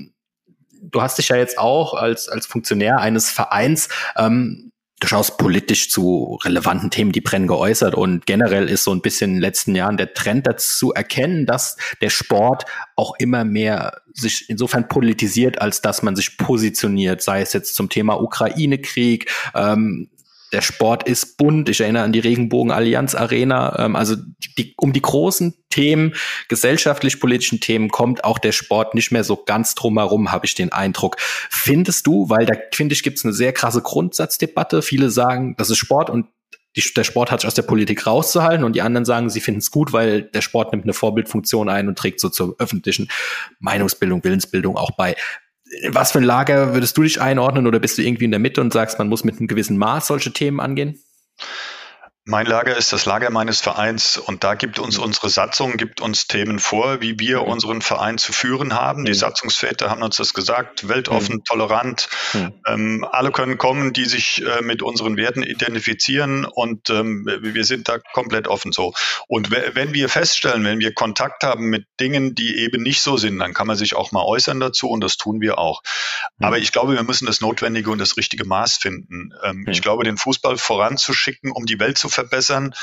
Du hast dich ja jetzt auch als Funktionär eines Vereins durchaus politisch zu relevanten Themen, die brennen, geäußert, und generell ist so ein bisschen in den letzten Jahren der Trend dazu erkennen, dass der Sport auch immer mehr sich insofern politisiert, als dass man sich positioniert, sei es jetzt zum Thema Ukraine-Krieg. Der Sport ist bunt. Ich erinnere an die Regenbogen-Allianz Arena. Also um die großen Themen, gesellschaftlich-politischen Themen, kommt auch der Sport nicht mehr so ganz drumherum, habe ich den Eindruck. Findest du, weil da, finde ich, gibt es eine sehr krasse Grundsatzdebatte. Viele sagen, das ist Sport und der Sport hat sich aus der Politik rauszuhalten, und die anderen sagen, sie finden es gut, weil der Sport nimmt eine Vorbildfunktion ein und trägt so zur öffentlichen Meinungsbildung, Willensbildung auch bei. In was für ein Lager würdest du dich einordnen, oder bist du irgendwie in der Mitte und sagst, man muss mit einem gewissen Maß solche Themen angehen? Mein Lager ist das Lager meines Vereins und da gibt uns unsere Satzung, gibt uns Themen vor, wie wir unseren Verein zu führen haben. Die Satzungsväter haben uns das gesagt, weltoffen, tolerant. Alle können kommen, die sich mit unseren Werten identifizieren und wir sind da komplett offen so. Und wenn wir feststellen, wenn wir Kontakt haben mit Dingen, die eben nicht so sind, dann kann man sich auch mal äußern dazu und das tun wir auch. Aber ich glaube, wir müssen das notwendige und das richtige Maß finden. Ich glaube, den Fußball voranzuschicken, um die Welt zu verbessern.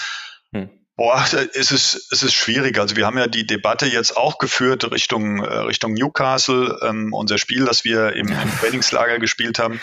Es ist schwierig. Also wir haben ja die Debatte jetzt auch geführt Richtung Newcastle, unser Spiel, das wir im Trainingslager gespielt haben.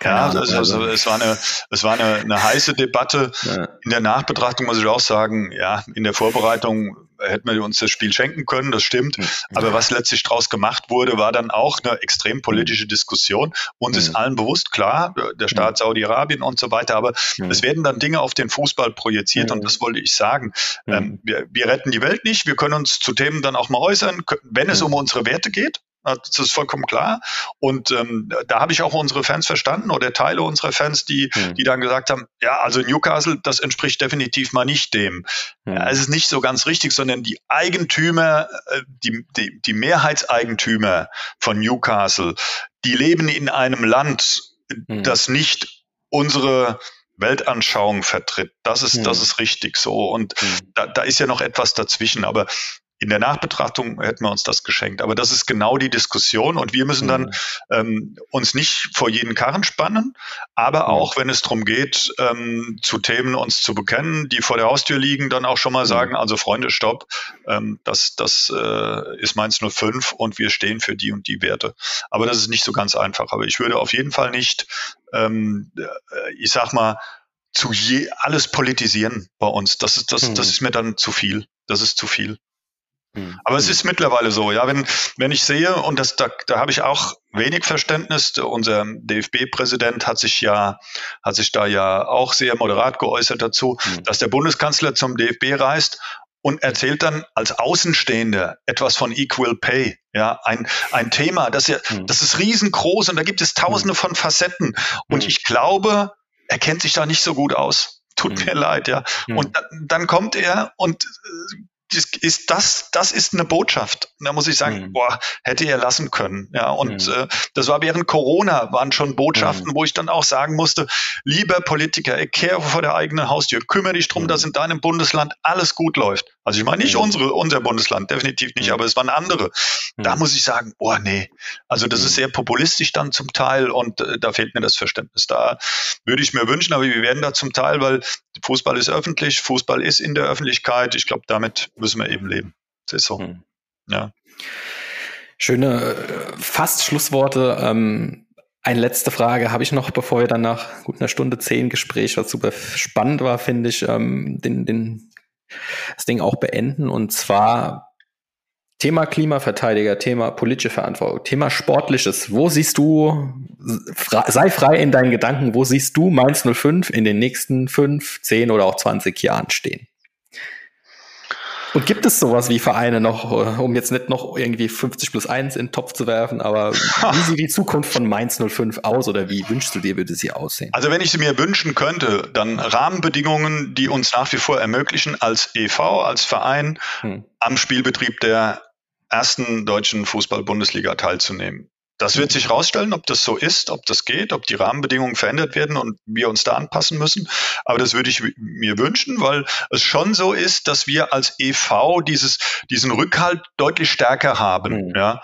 Es war eine heiße Debatte. Ja. In der Nachbetrachtung muss ich auch sagen, ja, in der Vorbereitung hätten wir uns das Spiel schenken können, das stimmt. Aber was letztlich draus gemacht wurde, war dann auch eine extrem politische Diskussion. Uns ist allen bewusst, klar, der Staat Saudi-Arabien und so weiter, aber es werden dann Dinge auf den Fußball projiziert und das wollte ich sagen. Wir retten die Welt nicht, wir können uns zu Themen dann auch mal äußern, wenn es um unsere Werte geht. Das ist vollkommen klar. Und da habe ich auch unsere Fans verstanden oder Teile unserer Fans, die dann gesagt haben, ja, also Newcastle, das entspricht definitiv mal nicht dem. Ja, es ist nicht so ganz richtig, sondern die Eigentümer, die Mehrheitseigentümer von Newcastle, die leben in einem Land, das nicht unsere Weltanschauung vertritt. Das ist richtig so. Und da ist ja noch etwas dazwischen. Aber in der Nachbetrachtung hätten wir uns das geschenkt. Aber das ist genau die Diskussion und wir müssen dann uns nicht vor jeden Karren spannen, aber auch, wenn es darum geht, zu Themen uns zu bekennen, die vor der Haustür liegen, dann auch schon mal sagen, also Freunde, stopp, das ist Mainz 05 und wir stehen für die und die Werte. Aber das ist nicht so ganz einfach. Aber ich würde auf jeden Fall nicht, ich sag mal, alles politisieren bei uns. Das ist mir dann zu viel. Das ist zu viel. Aber es ist mittlerweile so, ja, wenn ich sehe, und da habe ich auch wenig Verständnis, unser DFB-Präsident hat sich da ja auch sehr moderat geäußert dazu, dass der Bundeskanzler zum DFB reist und erzählt dann als Außenstehender etwas von Equal Pay, ja, ein Thema, das ist riesengroß und da gibt es tausende von Facetten und ich glaube, er kennt sich da nicht so gut aus. Tut mir leid, ja. Und dann kommt er und das ist eine Botschaft. Und da muss ich sagen, hätte er lassen können. Ja, und das war während Corona, waren schon Botschaften, wo ich dann auch sagen musste, lieber Politiker, kehre vor der eigenen Haustür, kümmere dich drum, dass in deinem Bundesland alles gut läuft. Also ich meine nicht unser Bundesland, definitiv nicht, aber es waren andere. Da muss ich sagen, nee. Also das ist sehr populistisch dann zum Teil und da fehlt mir das Verständnis. Da würde ich mir wünschen, aber wir werden da zum Teil, weil Fußball ist öffentlich, Fußball ist in der Öffentlichkeit. Ich glaube, damit müssen wir eben leben. Das ist so. Ja. Schöne fast Schlussworte. Eine letzte Frage habe ich noch, bevor wir dann nach gut einer Stunde 10 Gespräch, was super spannend war, finde ich, das Ding auch beenden. Und zwar Thema Klimaverteidiger, Thema politische Verantwortung, Thema Sportliches. Wo siehst du, sei frei in deinen Gedanken, wo siehst du Mainz 05 in den nächsten 5, 10 oder auch 20 Jahren stehen? Und gibt es sowas wie Vereine noch, um jetzt nicht noch irgendwie 50+1 in den Topf zu werfen, aber wie sieht die Zukunft von Mainz 05 aus oder wie wünschst du dir, würde sie aussehen? Also wenn ich sie mir wünschen könnte, dann Rahmenbedingungen, die uns nach wie vor ermöglichen, als e.V., als Verein am Spielbetrieb der ersten deutschen Fußball-Bundesliga teilzunehmen. Das wird sich rausstellen, ob das so ist, ob das geht, ob die Rahmenbedingungen verändert werden und wir uns da anpassen müssen. Aber das würde ich mir wünschen, weil es schon so ist, dass wir als e.V. diesen Rückhalt deutlich stärker haben. Ja.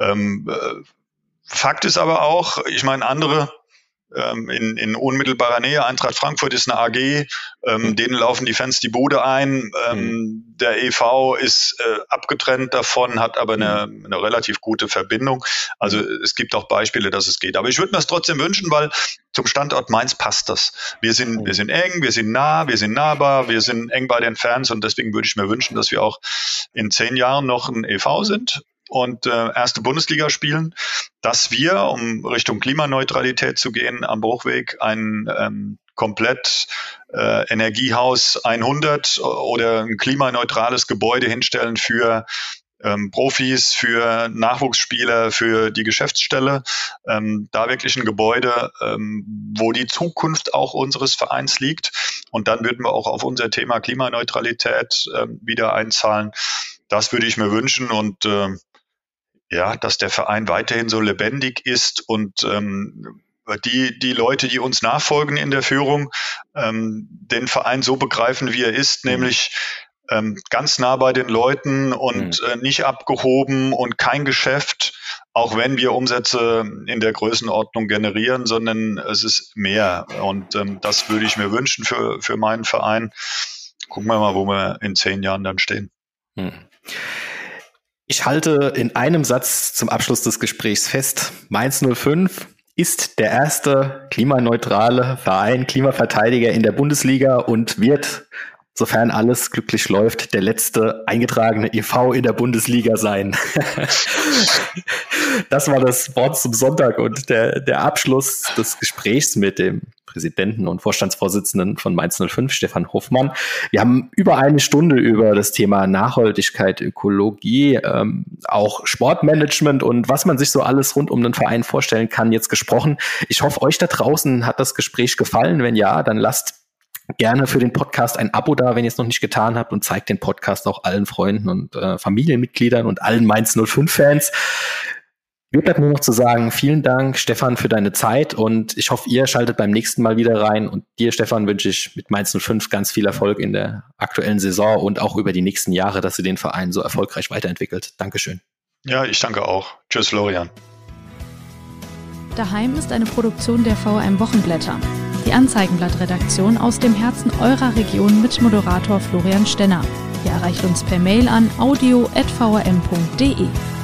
Fakt ist aber auch, ich meine, andere in unmittelbarer Nähe, Eintracht Frankfurt ist eine AG, denen laufen die Fans die Bude ein. Der e.V. ist abgetrennt davon, hat aber eine relativ gute Verbindung. Also es gibt auch Beispiele, dass es geht. Aber ich würde mir das trotzdem wünschen, weil zum Standort Mainz passt das. Wir sind eng, wir sind nah, wir sind nahbar, wir sind eng bei den Fans und deswegen würde ich mir wünschen, dass wir auch in 10 Jahren noch ein e.V. sind und erste Bundesliga spielen, dass wir, um Richtung Klimaneutralität zu gehen, am Bruchweg ein komplett Energiehaus 100 oder ein klimaneutrales Gebäude hinstellen für Profis, für Nachwuchsspieler, für die Geschäftsstelle. Da wirklich ein Gebäude, wo die Zukunft auch unseres Vereins liegt. Und dann würden wir auch auf unser Thema Klimaneutralität wieder einzahlen. Das würde ich mir wünschen und dass der Verein weiterhin so lebendig ist und die Leute, die uns nachfolgen in der Führung, den Verein so begreifen, wie er ist, nämlich ganz nah bei den Leuten und nicht abgehoben und kein Geschäft, auch wenn wir Umsätze in der Größenordnung generieren, sondern es ist mehr. Und das würde ich mir wünschen für meinen Verein. Gucken wir mal, wo wir in 10 Jahren dann stehen. Ich halte in einem Satz zum Abschluss des Gesprächs fest, Mainz 05 ist der erste klimaneutrale Verein, Klimaverteidiger in der Bundesliga und wird, sofern alles glücklich läuft, der letzte eingetragene e.V. in der Bundesliga sein. Das war das Wort zum Sonntag und der Abschluss des Gesprächs mit dem Präsidenten und Vorstandsvorsitzenden von Mainz 05, Stefan Hoffmann. Wir haben über eine Stunde über das Thema Nachhaltigkeit, Ökologie, auch Sportmanagement und was man sich so alles rund um den Verein vorstellen kann, jetzt gesprochen. Ich hoffe, euch da draußen hat das Gespräch gefallen. Wenn ja, dann lasst gerne für den Podcast ein Abo da, wenn ihr es noch nicht getan habt und zeigt den Podcast auch allen Freunden und Familienmitgliedern und allen Mainz 05-Fans. Mir bleibt nur noch zu sagen, vielen Dank, Stefan, für deine Zeit und ich hoffe, ihr schaltet beim nächsten Mal wieder rein und dir, Stefan, wünsche ich mit Mainz 05 ganz viel Erfolg in der aktuellen Saison und auch über die nächsten Jahre, dass ihr den Verein so erfolgreich weiterentwickelt. Dankeschön. Ja, ich danke auch. Tschüss, Florian. Daheim ist eine Produktion der VRM Wochenblätter. Die Anzeigenblatt-Redaktion aus dem Herzen eurer Region mit Moderator Florian Stenner. Ihr erreicht uns per Mail an audio@vrm.de.